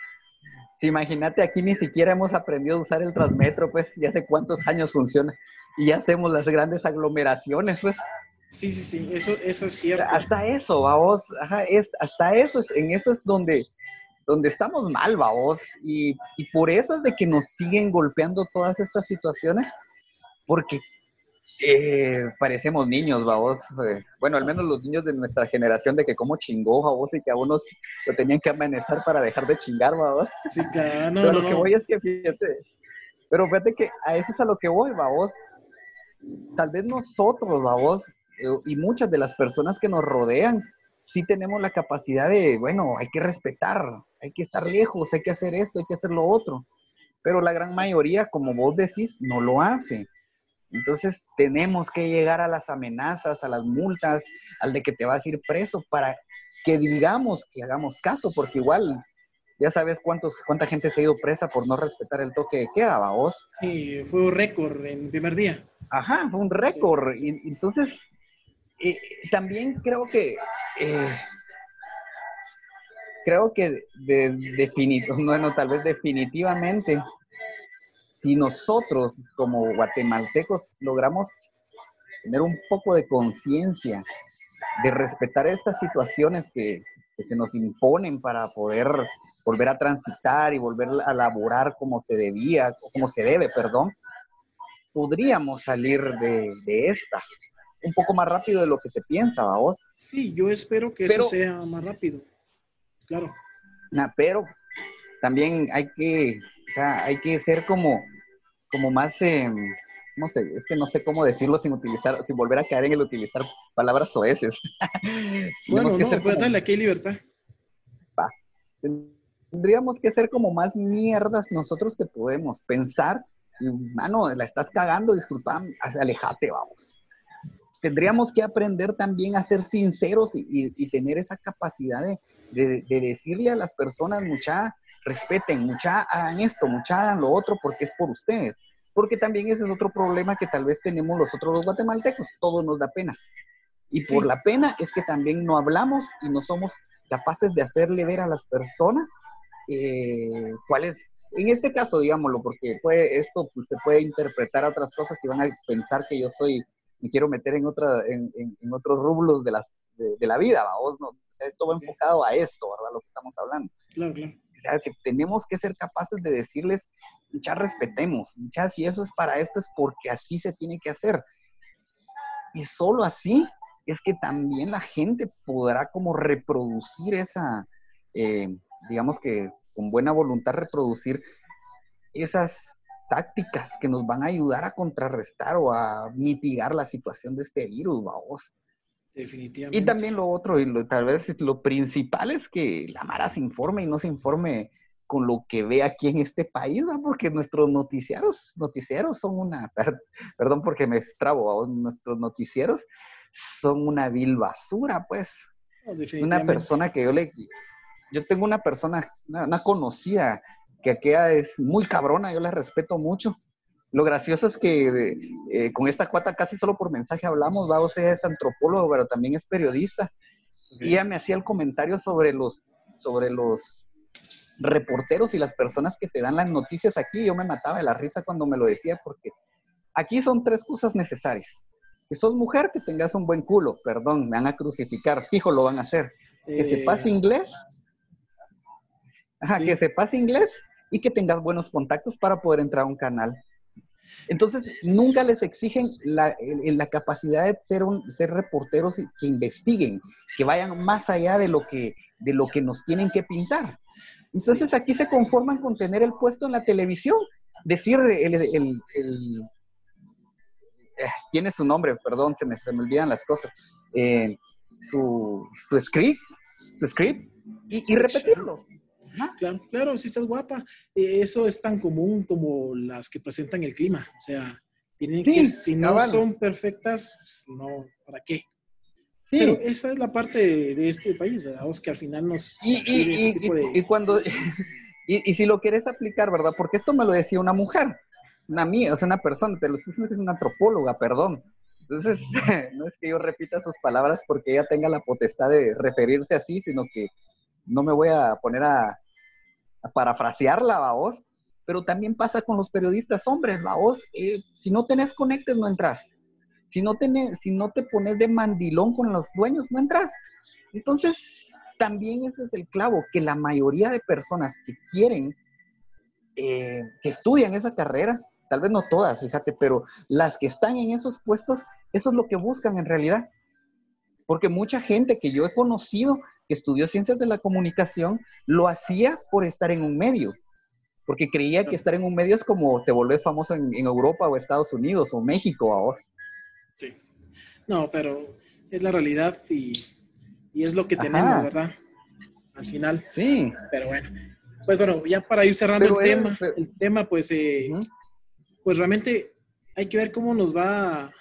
sí, imagínate aquí ni siquiera hemos aprendido a usar el Transmetro, pues ya hace cuántos años funciona y ya hacemos las grandes aglomeraciones, pues. Sí, sí, sí, eso, eso es cierto. Hasta eso, vamos, ajá, es, hasta eso, es, en eso es donde, donde estamos mal, vamos, y, y por eso es de que nos siguen golpeando todas estas situaciones, porque eh, parecemos niños, vamos, eh, bueno, al menos los niños de nuestra generación, de que como chingó, vamos, y que a unos lo tenían que amenazar para dejar de chingar, vamos. Sí, claro, no, Pero a no, lo que no. voy es que, fíjate, pero fíjate que a eso es a lo que voy, vamos, tal vez nosotros, vamos, y muchas de las personas que nos rodean, sí tenemos la capacidad de, bueno, hay que respetar, hay que estar lejos, hay que hacer esto, hay que hacer lo otro. Pero la gran mayoría, como vos decís, no lo hace. Entonces tenemos que llegar a las amenazas, a las multas, al de que te vas a ir preso para que digamos que hagamos caso, porque igual ya sabes cuántos, cuánta gente se ha ido presa por no respetar el toque de queda, ¿va vos? Sí, fue un récord en el primer día. Ajá, fue un Sí, récord. sí. Y, entonces, eh, también creo que, eh, creo que de, definit bueno, tal vez definitivamente, si nosotros como guatemaltecos logramos tener un poco de conciencia de respetar estas situaciones que, que se nos imponen para poder volver a transitar y volver a laborar como se debía, como se debe, perdón, podríamos salir de, de esta un poco más rápido de lo que se piensa, vamos. Sí, yo espero que eso Pero, sea más rápido. Claro. nah, pero también hay que, o sea, hay que ser como, como más, eh, no sé, es que no sé cómo decirlo sin utilizar, sin volver a caer en el utilizar palabras soeces. Tenemos Bueno, que no, ser pues como, dale, aquí hay libertad. pa, tendríamos que ser como más mierdas nosotros que podemos pensar, mano, la estás cagando, disculpa, alejate, vamos. Tendríamos que aprender también a ser sinceros y, y, y tener esa capacidad de, de, de decirle a las personas, mucha, respeten, mucha, hagan esto, mucha, hagan lo otro, porque es por ustedes. Porque también ese es otro problema que tal vez tenemos nosotros los guatemaltecos, todo nos da pena. Y por Sí, la pena es que también no hablamos y no somos capaces de hacerle ver a las personas eh, cuál es, en este caso, digámoslo, porque puede, esto pues, se puede interpretar a otras cosas y van a pensar que yo soy, me quiero meter en, otra, en, en, en otros rublos de, las, de, de la vida, ¿va? ¿no? O sea, esto va enfocado a esto, ¿verdad? Lo que estamos hablando. Claro, claro. O sea, que tenemos que ser capaces de decirles, ya respetemos, ya si eso es para esto es porque así se tiene que hacer. Y solo así es que también la gente podrá como reproducir esa, eh, digamos que con buena voluntad reproducir esas tácticas que nos van a ayudar a contrarrestar o a mitigar la situación de este virus, vamos. Definitivamente. Y también lo otro, y lo, tal vez lo principal es que la Mara se informe y no se informe con lo que ve aquí en este país, ¿no? Porque nuestros noticieros, noticieros son una, per, perdón porque me extrabo, nuestros noticieros son una vil basura, pues. No, una persona que yo le, yo tengo una persona, una, una conocida, que aquella es muy cabrona, yo la respeto mucho. Lo gracioso es que eh, con esta cuata casi solo por mensaje hablamos, va, o sea, es antropólogo, pero también es periodista. Okay. Y ella me hacía el comentario sobre los, sobre los reporteros y las personas que te dan las noticias aquí. Yo me mataba de la risa cuando me lo decía, porque aquí son tres cosas necesarias. Que sos mujer, que tengas un buen culo, perdón, me van a crucificar, fijo lo van a hacer. Que eh... sepas inglés, ajá, sí. que sepas inglés y que tengas buenos contactos para poder entrar a un canal. Entonces, nunca les exigen la, la capacidad de ser, un, ser reporteros que investiguen, que vayan más allá de lo que, de lo que nos tienen que pintar. Entonces, sí. aquí se conforman con tener el puesto en la televisión, decir el, el, el, el eh, tiene su nombre, perdón, se me, se me olvidan las cosas, eh, su, su script, su script, y, y repetirlo. ¿Ah? Claro, claro, si estás guapa. Eh, eso es tan común como las que presentan el clima. O sea, tienen sí, que, si no cabal. son perfectas, pues no, ¿para qué? Sí. Pero esa es la parte de, de este país, ¿verdad? O sea, que al final nos, y, nos pide y, ese tipo y, de... Y cuando... Y, y si lo quieres aplicar, ¿verdad? Porque esto me lo decía una mujer, una mía, o sea, una persona, te lo estoy diciendo que es una antropóloga, perdón. Entonces, no es que yo repita sus palabras porque ella tenga la potestad de referirse así, sino que no me voy a poner a, a parafrasearla, vaos, pero también pasa con los periodistas hombres, vaos, eh, si no tenés conectes, no entras. Si no, tenés, si no te pones de mandilón con los dueños, no entras. Entonces, también ese es el clavo, que la mayoría de personas que quieren, eh, que estudian esa carrera, tal vez no todas, fíjate, pero las que están en esos puestos, eso es lo que buscan en realidad. Porque mucha gente que yo he conocido que estudió ciencias de la comunicación lo hacía por estar en un medio. Porque creía que estar en un medio es como te volvés famoso en, en Europa o Estados Unidos o México ahora. Sí. No, pero es la realidad y, y es lo que Ajá. tenemos, ¿verdad? Al final. Sí. Pero bueno. Pues bueno, ya para ir cerrando pero el es, tema, pero... el tema, pues, eh, uh-huh. pues realmente hay que ver cómo nos va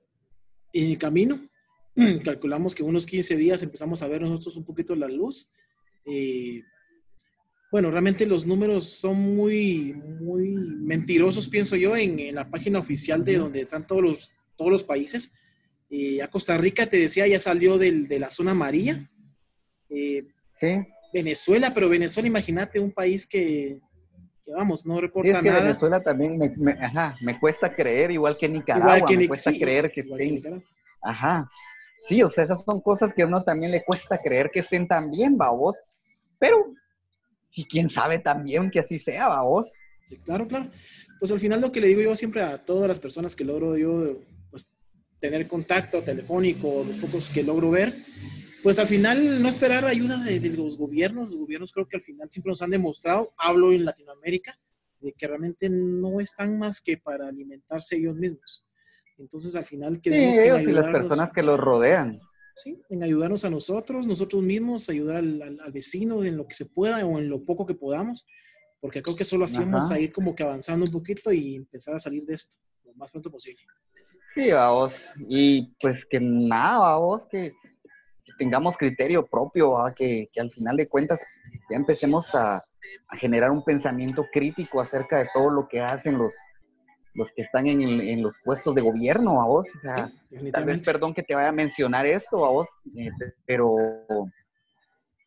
en el camino. Calculamos que unos quince días empezamos a ver nosotros un poquito la luz. Eh, bueno, realmente los números son muy, muy mentirosos, pienso yo, en, en la página oficial de donde están todos los, todos los países. Eh, a Costa Rica, te decía, ya salió del, de la zona amarilla. Eh, sí. Venezuela, pero Venezuela, imagínate, un país que, que vamos, no reporta sí, es que nada. Venezuela también me, me, ajá, me cuesta creer, igual que Nicaragua, igual que me cuesta sí, creer que estén. Que ajá. Sí, o sea, esas son cosas que a uno también le cuesta creer que estén tan bien, babos. Pero, y quién sabe también que así sea, babos. Sí, claro, claro. Pues al final lo que le digo yo siempre a todas las personas que logro yo pues, tener contacto telefónico, los pocos que logro ver, pues al final no esperar ayuda de, de los gobiernos. Los gobiernos creo que al final siempre nos han demostrado, hablo en Latinoamérica, de que realmente no están más que para alimentarse ellos mismos. Entonces, al final queremos sí, ellos y las personas que los rodean. Sí, en ayudarnos a nosotros, nosotros mismos, ayudar al, al, al vecino en lo que se pueda o en lo poco que podamos, porque creo que solo así vamos a ir como que avanzando un poquito y empezar a salir de esto lo más pronto posible. Sí, vamos. Y pues que nada, vamos, que, que tengamos criterio propio, ¿va? Que, que al final de cuentas ya empecemos a, a generar un pensamiento crítico acerca de todo lo que hacen los los que están en, en los puestos de gobierno, a vos, o sea, sí, tal vez, perdón que te vaya a mencionar esto, a vos, eh, pero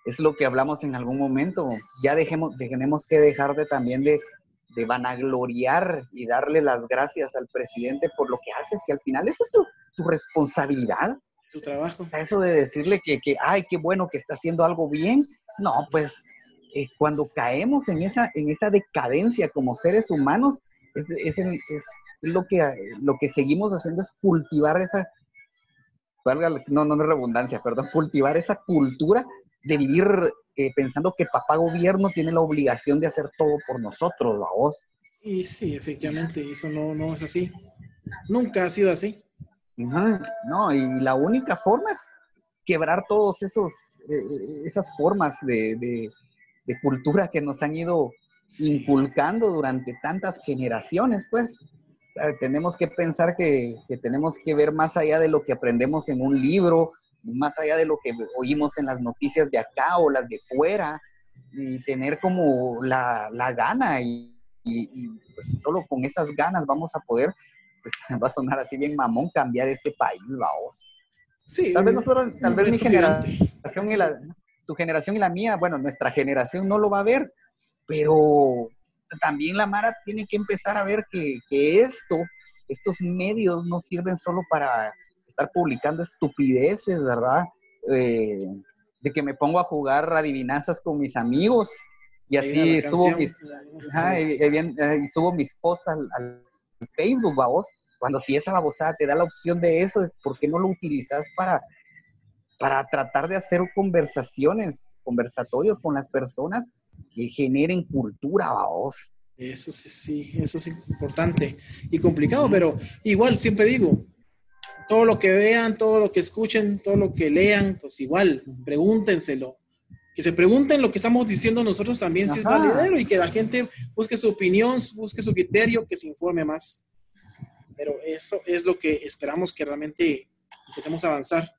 es lo que hablamos en algún momento. Ya dejemos, tenemos que dejar de también de, de vanagloriar y darle las gracias al presidente por lo que hace, si al final esa es su, su responsabilidad. Su trabajo. Eso de decirle que, que, ay, qué bueno que está haciendo algo bien, no, pues eh, cuando caemos en esa, en esa decadencia como seres humanos, es, es, es, es lo, que, lo que seguimos haciendo es cultivar esa, valga, no, no, no redundancia, perdón, cultivar esa cultura de vivir eh, pensando que papá gobierno tiene la obligación de hacer todo por nosotros, ¿vos? Y sí, efectivamente, eso no, no es así. Nunca ha sido así. No, y la única forma es quebrar todos esos eh, esas formas de, de, de cultura que nos han ido sí. inculcando durante tantas generaciones, pues. Eh, tenemos que pensar que, que tenemos que ver más allá de lo que aprendemos en un libro, más allá de lo que oímos en las noticias de acá o las de fuera, y tener como la, la gana, y, y, y pues solo con esas ganas vamos a poder, pues, va a sonar así bien mamón, cambiar este país, vamos. Sí, tal vez un, nosotros, tal un vez mi gigante. generación y la, tu generación y la mía, bueno, nuestra generación no lo va a ver, pero también la Mara tiene que empezar a ver que, que esto, estos medios no sirven solo para estar publicando estupideces, ¿verdad? Eh, de que me pongo a jugar adivinanzas con mis amigos y así subo mis, ajá, y, y, y subo mis posts al, al Facebook, vamos. Cuando si esa babosada te da la opción de eso, ¿por qué no lo utilizas para, para tratar de hacer conversaciones, conversatorios con las personas que generen cultura, vamos? Eso sí, sí, eso es importante y complicado, uh-huh. Pero igual, siempre digo, todo lo que vean, todo lo que escuchen, todo lo que lean, pues igual, pregúntenselo. Que se pregunten lo que estamos diciendo nosotros también, Ajá. si es valedero, y que la gente busque su opinión, busque su criterio, que se informe más. Pero eso es lo que esperamos que realmente empecemos a avanzar.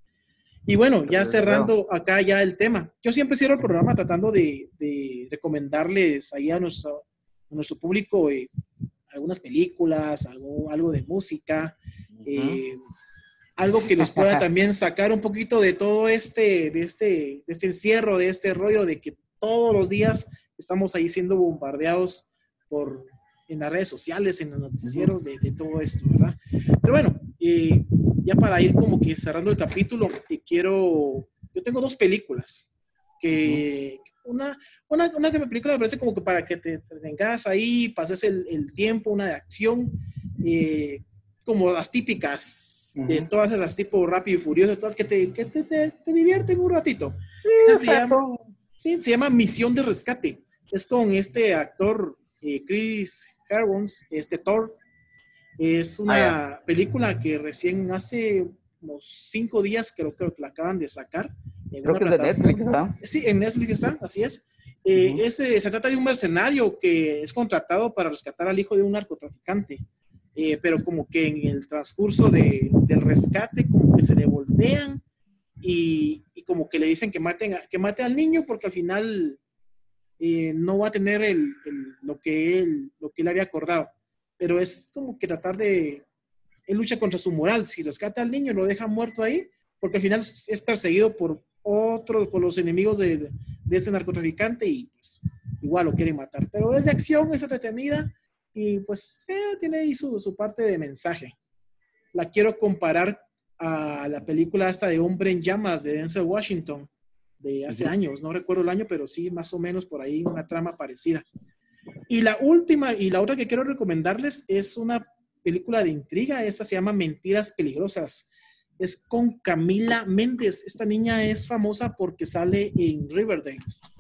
Y bueno, ya cerrando acá ya el tema. Yo siempre cierro el programa tratando de, de recomendarles ahí a nuestro, a nuestro público eh, algunas películas, algo, algo de música, uh-huh. eh, algo que nos pueda también sacar un poquito de todo este, de este, de este encierro, de este rollo de que todos los días estamos ahí siendo bombardeados por, en las redes sociales, en los noticieros de, de todo esto, ¿verdad? Pero bueno, eh, ya para ir como que cerrando el capítulo, eh, quiero, yo tengo dos películas, que uh-huh. una, una, una película me parece como que para que te entretengas ahí, pases el, el tiempo, una de acción, eh, como las típicas, uh-huh. de todas esas tipo Rápido y Furioso, todas que te, que te, te, te divierten un ratito. Sí, se, llama, sí, se llama Misión de Rescate, es con este actor eh, Chris Hemsworth, este Thor. Es una ah, yeah. película que recién hace unos cinco días creo, creo que la acaban de sacar. En creo una que es de Netflix, ¿no? Sí, en Netflix está, así es. Eh, uh-huh. ese, se trata de un mercenario que es contratado para rescatar al hijo de un narcotraficante. Eh, pero como que en el transcurso de, del rescate como que se le voltean y, y como que le dicen que, maten a, que mate al niño porque al final eh, no va a tener el, el, lo, que él, lo que él había acordado. Pero es como que tratar de... Él lucha contra su moral. Si rescata al niño, lo deja muerto ahí, porque al final es perseguido por otros, por los enemigos de, de, de ese narcotraficante y pues igual lo quieren matar. Pero es de acción, es entretenida y pues eh, tiene ahí su, su parte de mensaje. La quiero comparar a la película esta de Hombre en Llamas de Denzel Washington de hace uh-huh. años. No recuerdo el año, pero sí, más o menos por ahí una trama parecida. Y la última y la otra que quiero recomendarles es una película de intriga. Esta se llama Mentiras Peligrosas. Es con Camila Méndez. Esta niña es famosa porque sale en Riverdale.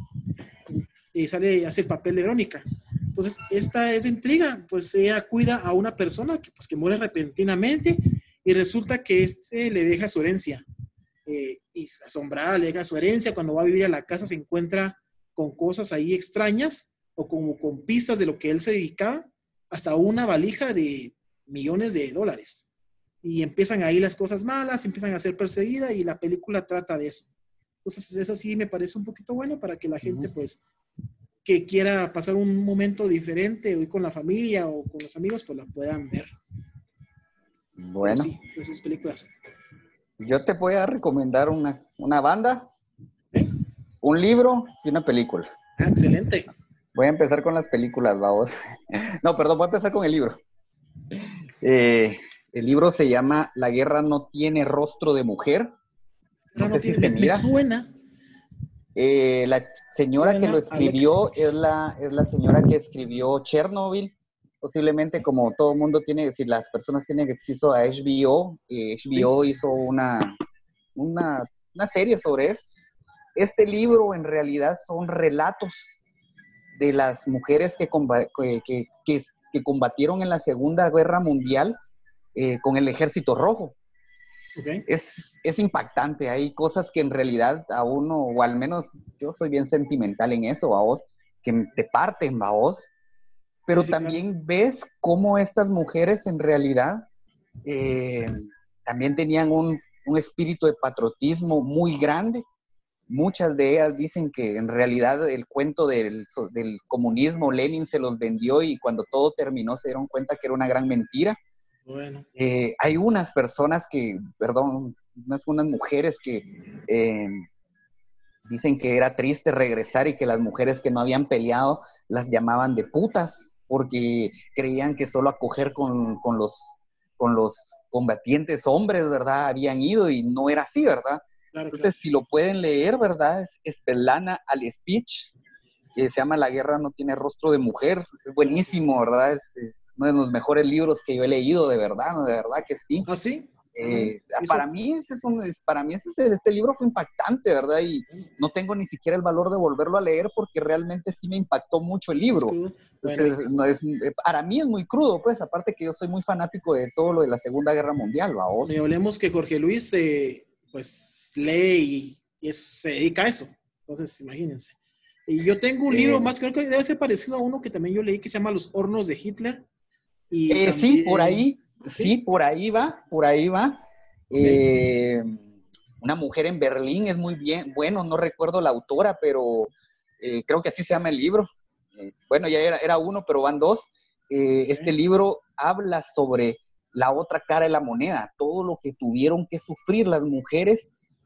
Y sale, hace el papel de Verónica. Entonces, esta es de intriga. Pues ella cuida a una persona que, pues, que muere repentinamente y resulta que este le deja su herencia. Eh, y asombrada le deja su herencia. Cuando va a vivir a la casa se encuentra con cosas ahí extrañas o como con pistas de lo que él se dedicaba, hasta una valija de millones de dólares. Y empiezan ahí las cosas malas, empiezan a ser perseguidas y la película trata de eso. Entonces eso sí me parece un poquito bueno para que la gente pues que quiera pasar un momento diferente hoy con la familia o con los amigos pues la puedan ver. Bueno. Pero sí, de sus películas. Yo te voy a recomendar una, una banda. ¿Eh? un libro y una película. Ah, excelente. Voy a empezar con las películas, vamos. No, perdón, voy a empezar con el libro. Eh, el libro se llama La guerra no tiene rostro de mujer. No, no sé tiene, si se me, mira. Me suena. Eh, la señora suena que lo escribió Alex, Alex. Es, la, es la señora que escribió Chernobyl. Posiblemente, como todo mundo tiene, si las personas tienen acceso a H B O, eh, H B O sí. hizo una, una, una serie sobre eso. Este libro en realidad son relatos de las mujeres que, que, que, que, que combatieron en la Segunda Guerra Mundial eh, con el Ejército Rojo. Okay. Es, es impactante, hay cosas que en realidad a uno, o al menos yo soy bien sentimental en eso, a vos, que te parten, a vos, pero sí, sí, también claro. Ves cómo estas mujeres en realidad eh, también tenían un, un espíritu de patriotismo muy grande. Muchas de ellas dicen que en realidad el cuento del, del comunismo, Lenin se los vendió y cuando todo terminó se dieron cuenta que era una gran mentira. Bueno. Eh, hay unas personas que, perdón, unas, unas mujeres que eh, dicen que era triste regresar y que las mujeres que no habían peleado las llamaban de putas porque creían que solo a coger con, con, los, con los combatientes hombres, ¿verdad? Habían ido y no era así, ¿verdad? Claro, Entonces, claro. Si lo pueden leer, ¿verdad? Es Svetlana Alexievich, que se llama La guerra no tiene rostro de mujer. Es buenísimo, ¿verdad? Es, es uno de los mejores libros que yo he leído, de verdad, de verdad que sí. ¿Ah, sí? Eh, uh-huh. Para mí, ese es un, es, para mí ese, este libro fue impactante, ¿verdad? Y no tengo ni siquiera el valor de volverlo a leer porque realmente sí me impactó mucho el libro. Entonces, bueno. no es, para mí es muy crudo, pues, aparte que yo soy muy fanático de todo lo de la Segunda Guerra Mundial, ¿va? Y hablemos que Jorge Luis, eh, pues, lee y, y es, se dedica a eso. Entonces, imagínense. Y yo tengo un libro eh, más, creo que debe ser parecido a uno que también yo leí, que se llama Los hornos de Hitler. Y eh, también, sí, por ahí, ¿sí? sí, por ahí va, por ahí va. Okay. Eh, una mujer en Berlín es muy bien, bueno, no recuerdo la autora, pero eh, creo que así se llama el libro. Eh, bueno, ya era, era uno, pero van dos. Eh, okay. Este libro habla sobre la otra cara de la moneda, todo lo que tuvieron que sufrir las mujeres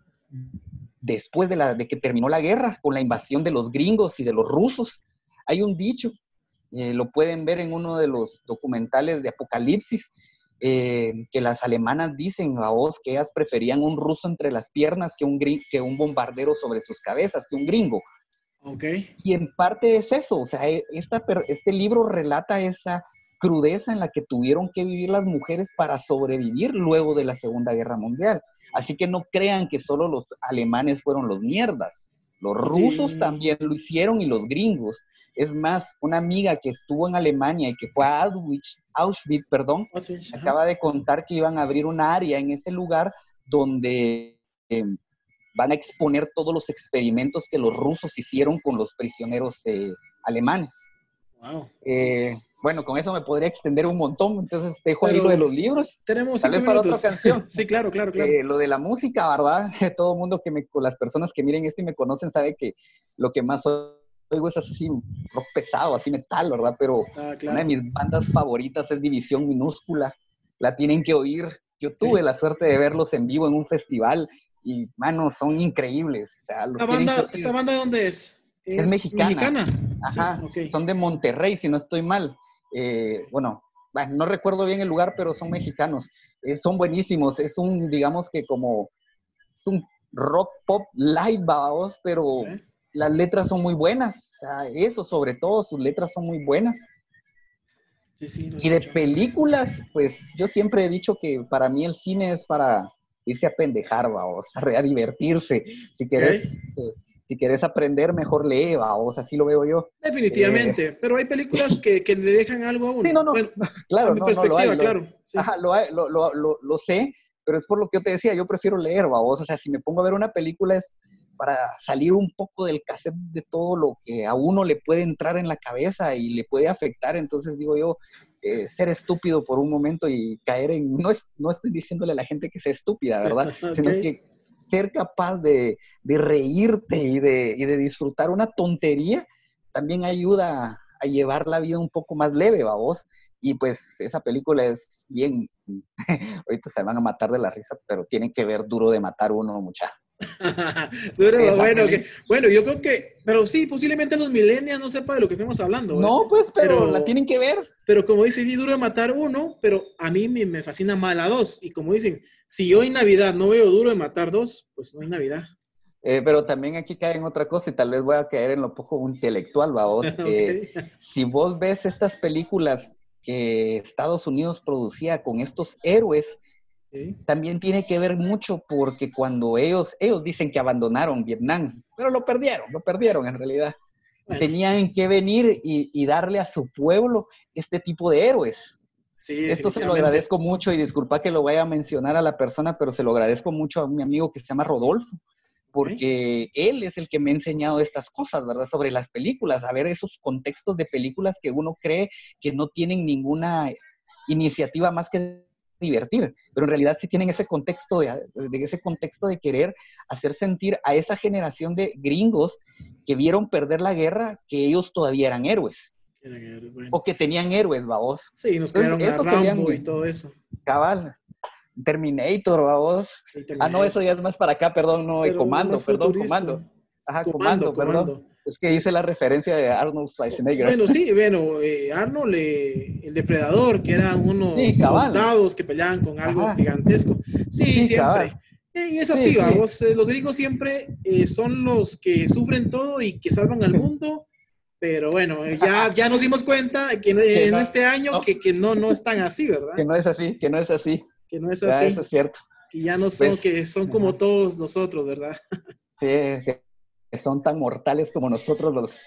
después de, la, de que terminó la guerra, con la invasión de los gringos y de los rusos. Hay un dicho, eh, lo pueden ver en uno de los documentales de Apocalipsis, eh, que las alemanas dicen a vos que ellas preferían un ruso entre las piernas que un, gring, que un bombardero sobre sus cabezas, que un gringo. Okay. Y en parte es eso, o sea, esta, este libro relata esa crudeza en la que tuvieron que vivir las mujeres para sobrevivir luego de la Segunda Guerra Mundial. Así que no crean que solo los alemanes fueron los mierdas. Los rusos sí. también lo hicieron y los gringos. Es más, una amiga que estuvo en Alemania y que fue a Auschwitz, Auschwitz perdón, Auschwitz, acaba de contar que iban a abrir un área en ese lugar donde eh, van a exponer todos los experimentos que los rusos hicieron con los prisioneros eh, alemanes. Wow. Eh, bueno, con eso me podría extender un montón, entonces dejo Pero ahí lo de los libros. Tenemos Tal vez para otra canción. Sí, claro, claro, claro. Eh, lo de la música, ¿verdad? Todo el mundo que me, las personas que miren esto y me conocen sabe que lo que más oigo es así, rock pesado, así metal, ¿verdad? Pero ah, claro. Una de mis bandas favoritas es División Minúscula. La tienen que oír. Yo tuve ¿Sí? la suerte de verlos en vivo en un festival y, mano, son increíbles. O sea, los ¿Esta, banda, ¿Esta banda de dónde es? Es, es mexicana. mexicana. Ajá, sí, okay. Son de Monterrey, si no estoy mal. Eh, bueno, no recuerdo bien el lugar, pero son mexicanos. Eh, son buenísimos. Es un, digamos que como, es un rock pop live, vamos, pero ¿Eh? las letras son muy buenas. O sea, eso sobre todo, sus letras son muy buenas. Sí, sí, y de películas, pues yo siempre he dicho que para mí el cine es para irse a pendejar, vamos, a divertirse. Si querés... Okay. Eh, Si quieres aprender, mejor lee, vamos, así lo veo yo. Definitivamente, eh, pero hay películas que, que le dejan algo a uno. Sí, no, no, bueno, claro, a mi no, perspectiva, no lo hay, claro. Lo, sí. Ajá, lo, lo, lo, lo, lo sé, pero es por lo que yo te decía, yo prefiero leer, vamos, o sea, si me pongo a ver una película es para salir un poco del cassette de todo lo que a uno le puede entrar en la cabeza y le puede afectar, entonces digo yo, eh, ser estúpido por un momento y caer en, no, es, no estoy diciéndole a la gente que sea estúpida, ¿verdad? Okay. Sino que ser capaz de, de reírte y de, y de disfrutar una tontería también ayuda a llevar la vida un poco más leve, ¿vos? Y pues esa película es bien, ahorita se van a matar de la risa, pero tienen que ver Duro de Matar uno, mucha. Duro, Esa bueno, peli. que, bueno, yo creo que, pero sí, posiblemente los millennials no sepa de lo que estamos hablando, ¿verdad? No, pues, pero la Pero, tienen que ver. pero como dice, sí, duro de matar uno, pero a mí me, me fascina más la dos. Y como dicen, si yo en Navidad no veo duro de matar dos, pues no hay Navidad. Eh, pero también aquí cae en otra cosa y tal vez voy a caer en lo poco intelectual, vos. Ok. Eh, si vos ves estas películas que Estados Unidos producía con estos héroes, Sí. también tiene que ver mucho porque cuando ellos, ellos dicen que abandonaron Vietnam, pero lo perdieron, lo perdieron en realidad. Bueno, Tenían que venir y, y darle a su pueblo este tipo de héroes. sí, Esto se lo definitivamente. agradezco mucho y disculpa que lo vaya a mencionar a la persona, pero se lo agradezco mucho a mi amigo que se llama Rodolfo, Ok. porque él es el que me ha enseñado estas cosas, ¿verdad? Sobre las películas, a ver esos contextos de películas que uno cree que no tienen ninguna iniciativa más que divertir, pero en realidad sí tienen ese contexto de, de ese contexto de querer hacer sentir a esa generación de gringos que vieron perder la guerra que ellos todavía eran héroes Bueno. o que tenían héroes, babos. Sí, nos Entonces, crearon a esos serían Rambo y mi todo eso. cabal. Terminator, babos. Sí, Ah, no, eso ya Terminator. es más para acá, perdón, no, Pero es Comando, más perdón, futurista. Comando. Ajá, Comando, Comando, perdón. comando. Es que Sí. hice la referencia de Arnold Schwarzenegger. Bueno, sí, bueno, eh, Arnold, eh, el depredador, que eran Sí, unos cabal. soldados que peleaban con algo Ajá. gigantesco. Sí, Sí, siempre. cabal. Eh, y es Sí, así, sí. vamos. Eh, los gringos siempre eh, son los que sufren todo y que salvan al mundo. Pero bueno, eh, ya, ya nos dimos cuenta que en, Que en no, este año no, que, que no, no es tan así, ¿verdad? que no es así, que no es así. Que no es Ah, eso así. es cierto. Que ya no son, Pues, que son como ajá. todos nosotros, ¿verdad? Sí, que que son tan mortales como nosotros los...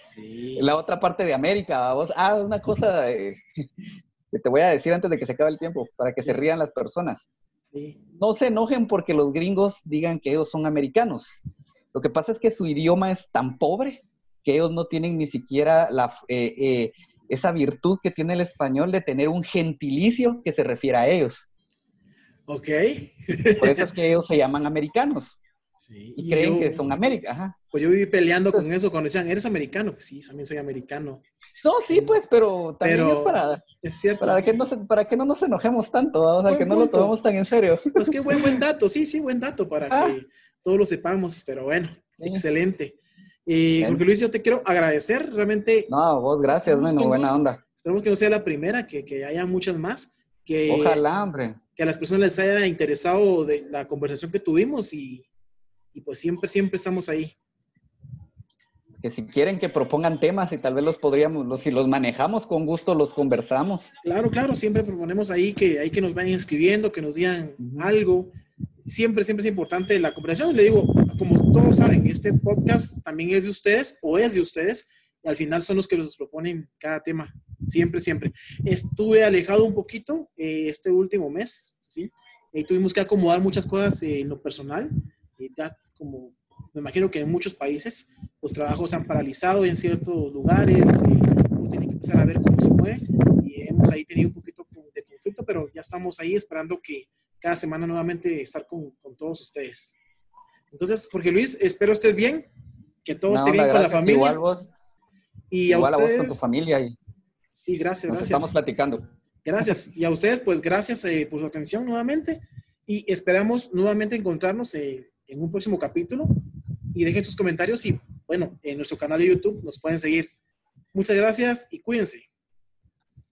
La Sí. otra parte de América, vos. Ah, una cosa eh, que te voy a decir antes de que se acabe el tiempo, para que se Sí, rían las personas. sí. No se enojen porque los gringos digan que ellos son americanos. Lo que pasa es que su idioma es tan pobre que ellos no tienen ni siquiera la, eh, eh, esa virtud que tiene el español de tener un gentilicio que se refiera a ellos. Ok. Por eso es que ellos se llaman americanos Sí, y y creen que yo, son América. Ajá. pues yo viví peleando con Entonces, eso cuando decían, ¿eres americano? Pues sí, también soy americano. no, sí, Sí. pues, pero también es Pero para, es cierto. para, que, no se, para que no nos enojemos tanto, ¿no? O sea, que Buen no lo punto. tomemos tan en serio. Pues qué buen, buen dato. Sí, sí, buen dato para Ah, que todos lo sepamos. Pero bueno, sí. excelente. Y Jorge Bien. Luis, yo te quiero agradecer. Realmente, No, vos, gracias, un gusto, bueno, un buena gusto. onda. Esperemos que no sea la primera, que, que haya muchas más. Que, Ojalá, hombre. que a las personas les haya interesado de la conversación que tuvimos y, y pues siempre, siempre estamos ahí. Que si quieren que propongan temas y tal vez los podríamos, los, si los manejamos con gusto, los conversamos. Claro, claro, siempre proponemos ahí que, ahí que nos vayan escribiendo, que nos digan Uh-huh. algo. Siempre, siempre es importante la conversación. Le digo, como todos saben, este podcast también es de ustedes o es de ustedes. Y al final son los que nos proponen cada tema. Siempre, siempre. Estuve alejado un poquito eh, este último mes, ¿sí? Y tuvimos que acomodar muchas cosas eh, en lo personal. Y ya como me imagino que en muchos países los trabajos se han paralizado en ciertos lugares. Y uno tiene que empezar a ver cómo se puede. Y hemos ahí tenido un poquito de conflicto, pero ya estamos ahí esperando que cada semana nuevamente estar con, con todos ustedes. Entonces, Jorge Luis, espero estés bien, que todo Una esté onda, bien con la gracias. Igual familia. vos, Y a igual a vos con tu ustedes, familia y sí, gracias, nos estamos gracias. platicando. Gracias. Y a ustedes, pues gracias eh, por su atención nuevamente. Y esperamos nuevamente encontrarnos eh, en un próximo capítulo. Y dejen sus comentarios y, bueno, en nuestro canal de YouTube nos pueden seguir. Muchas gracias y cuídense.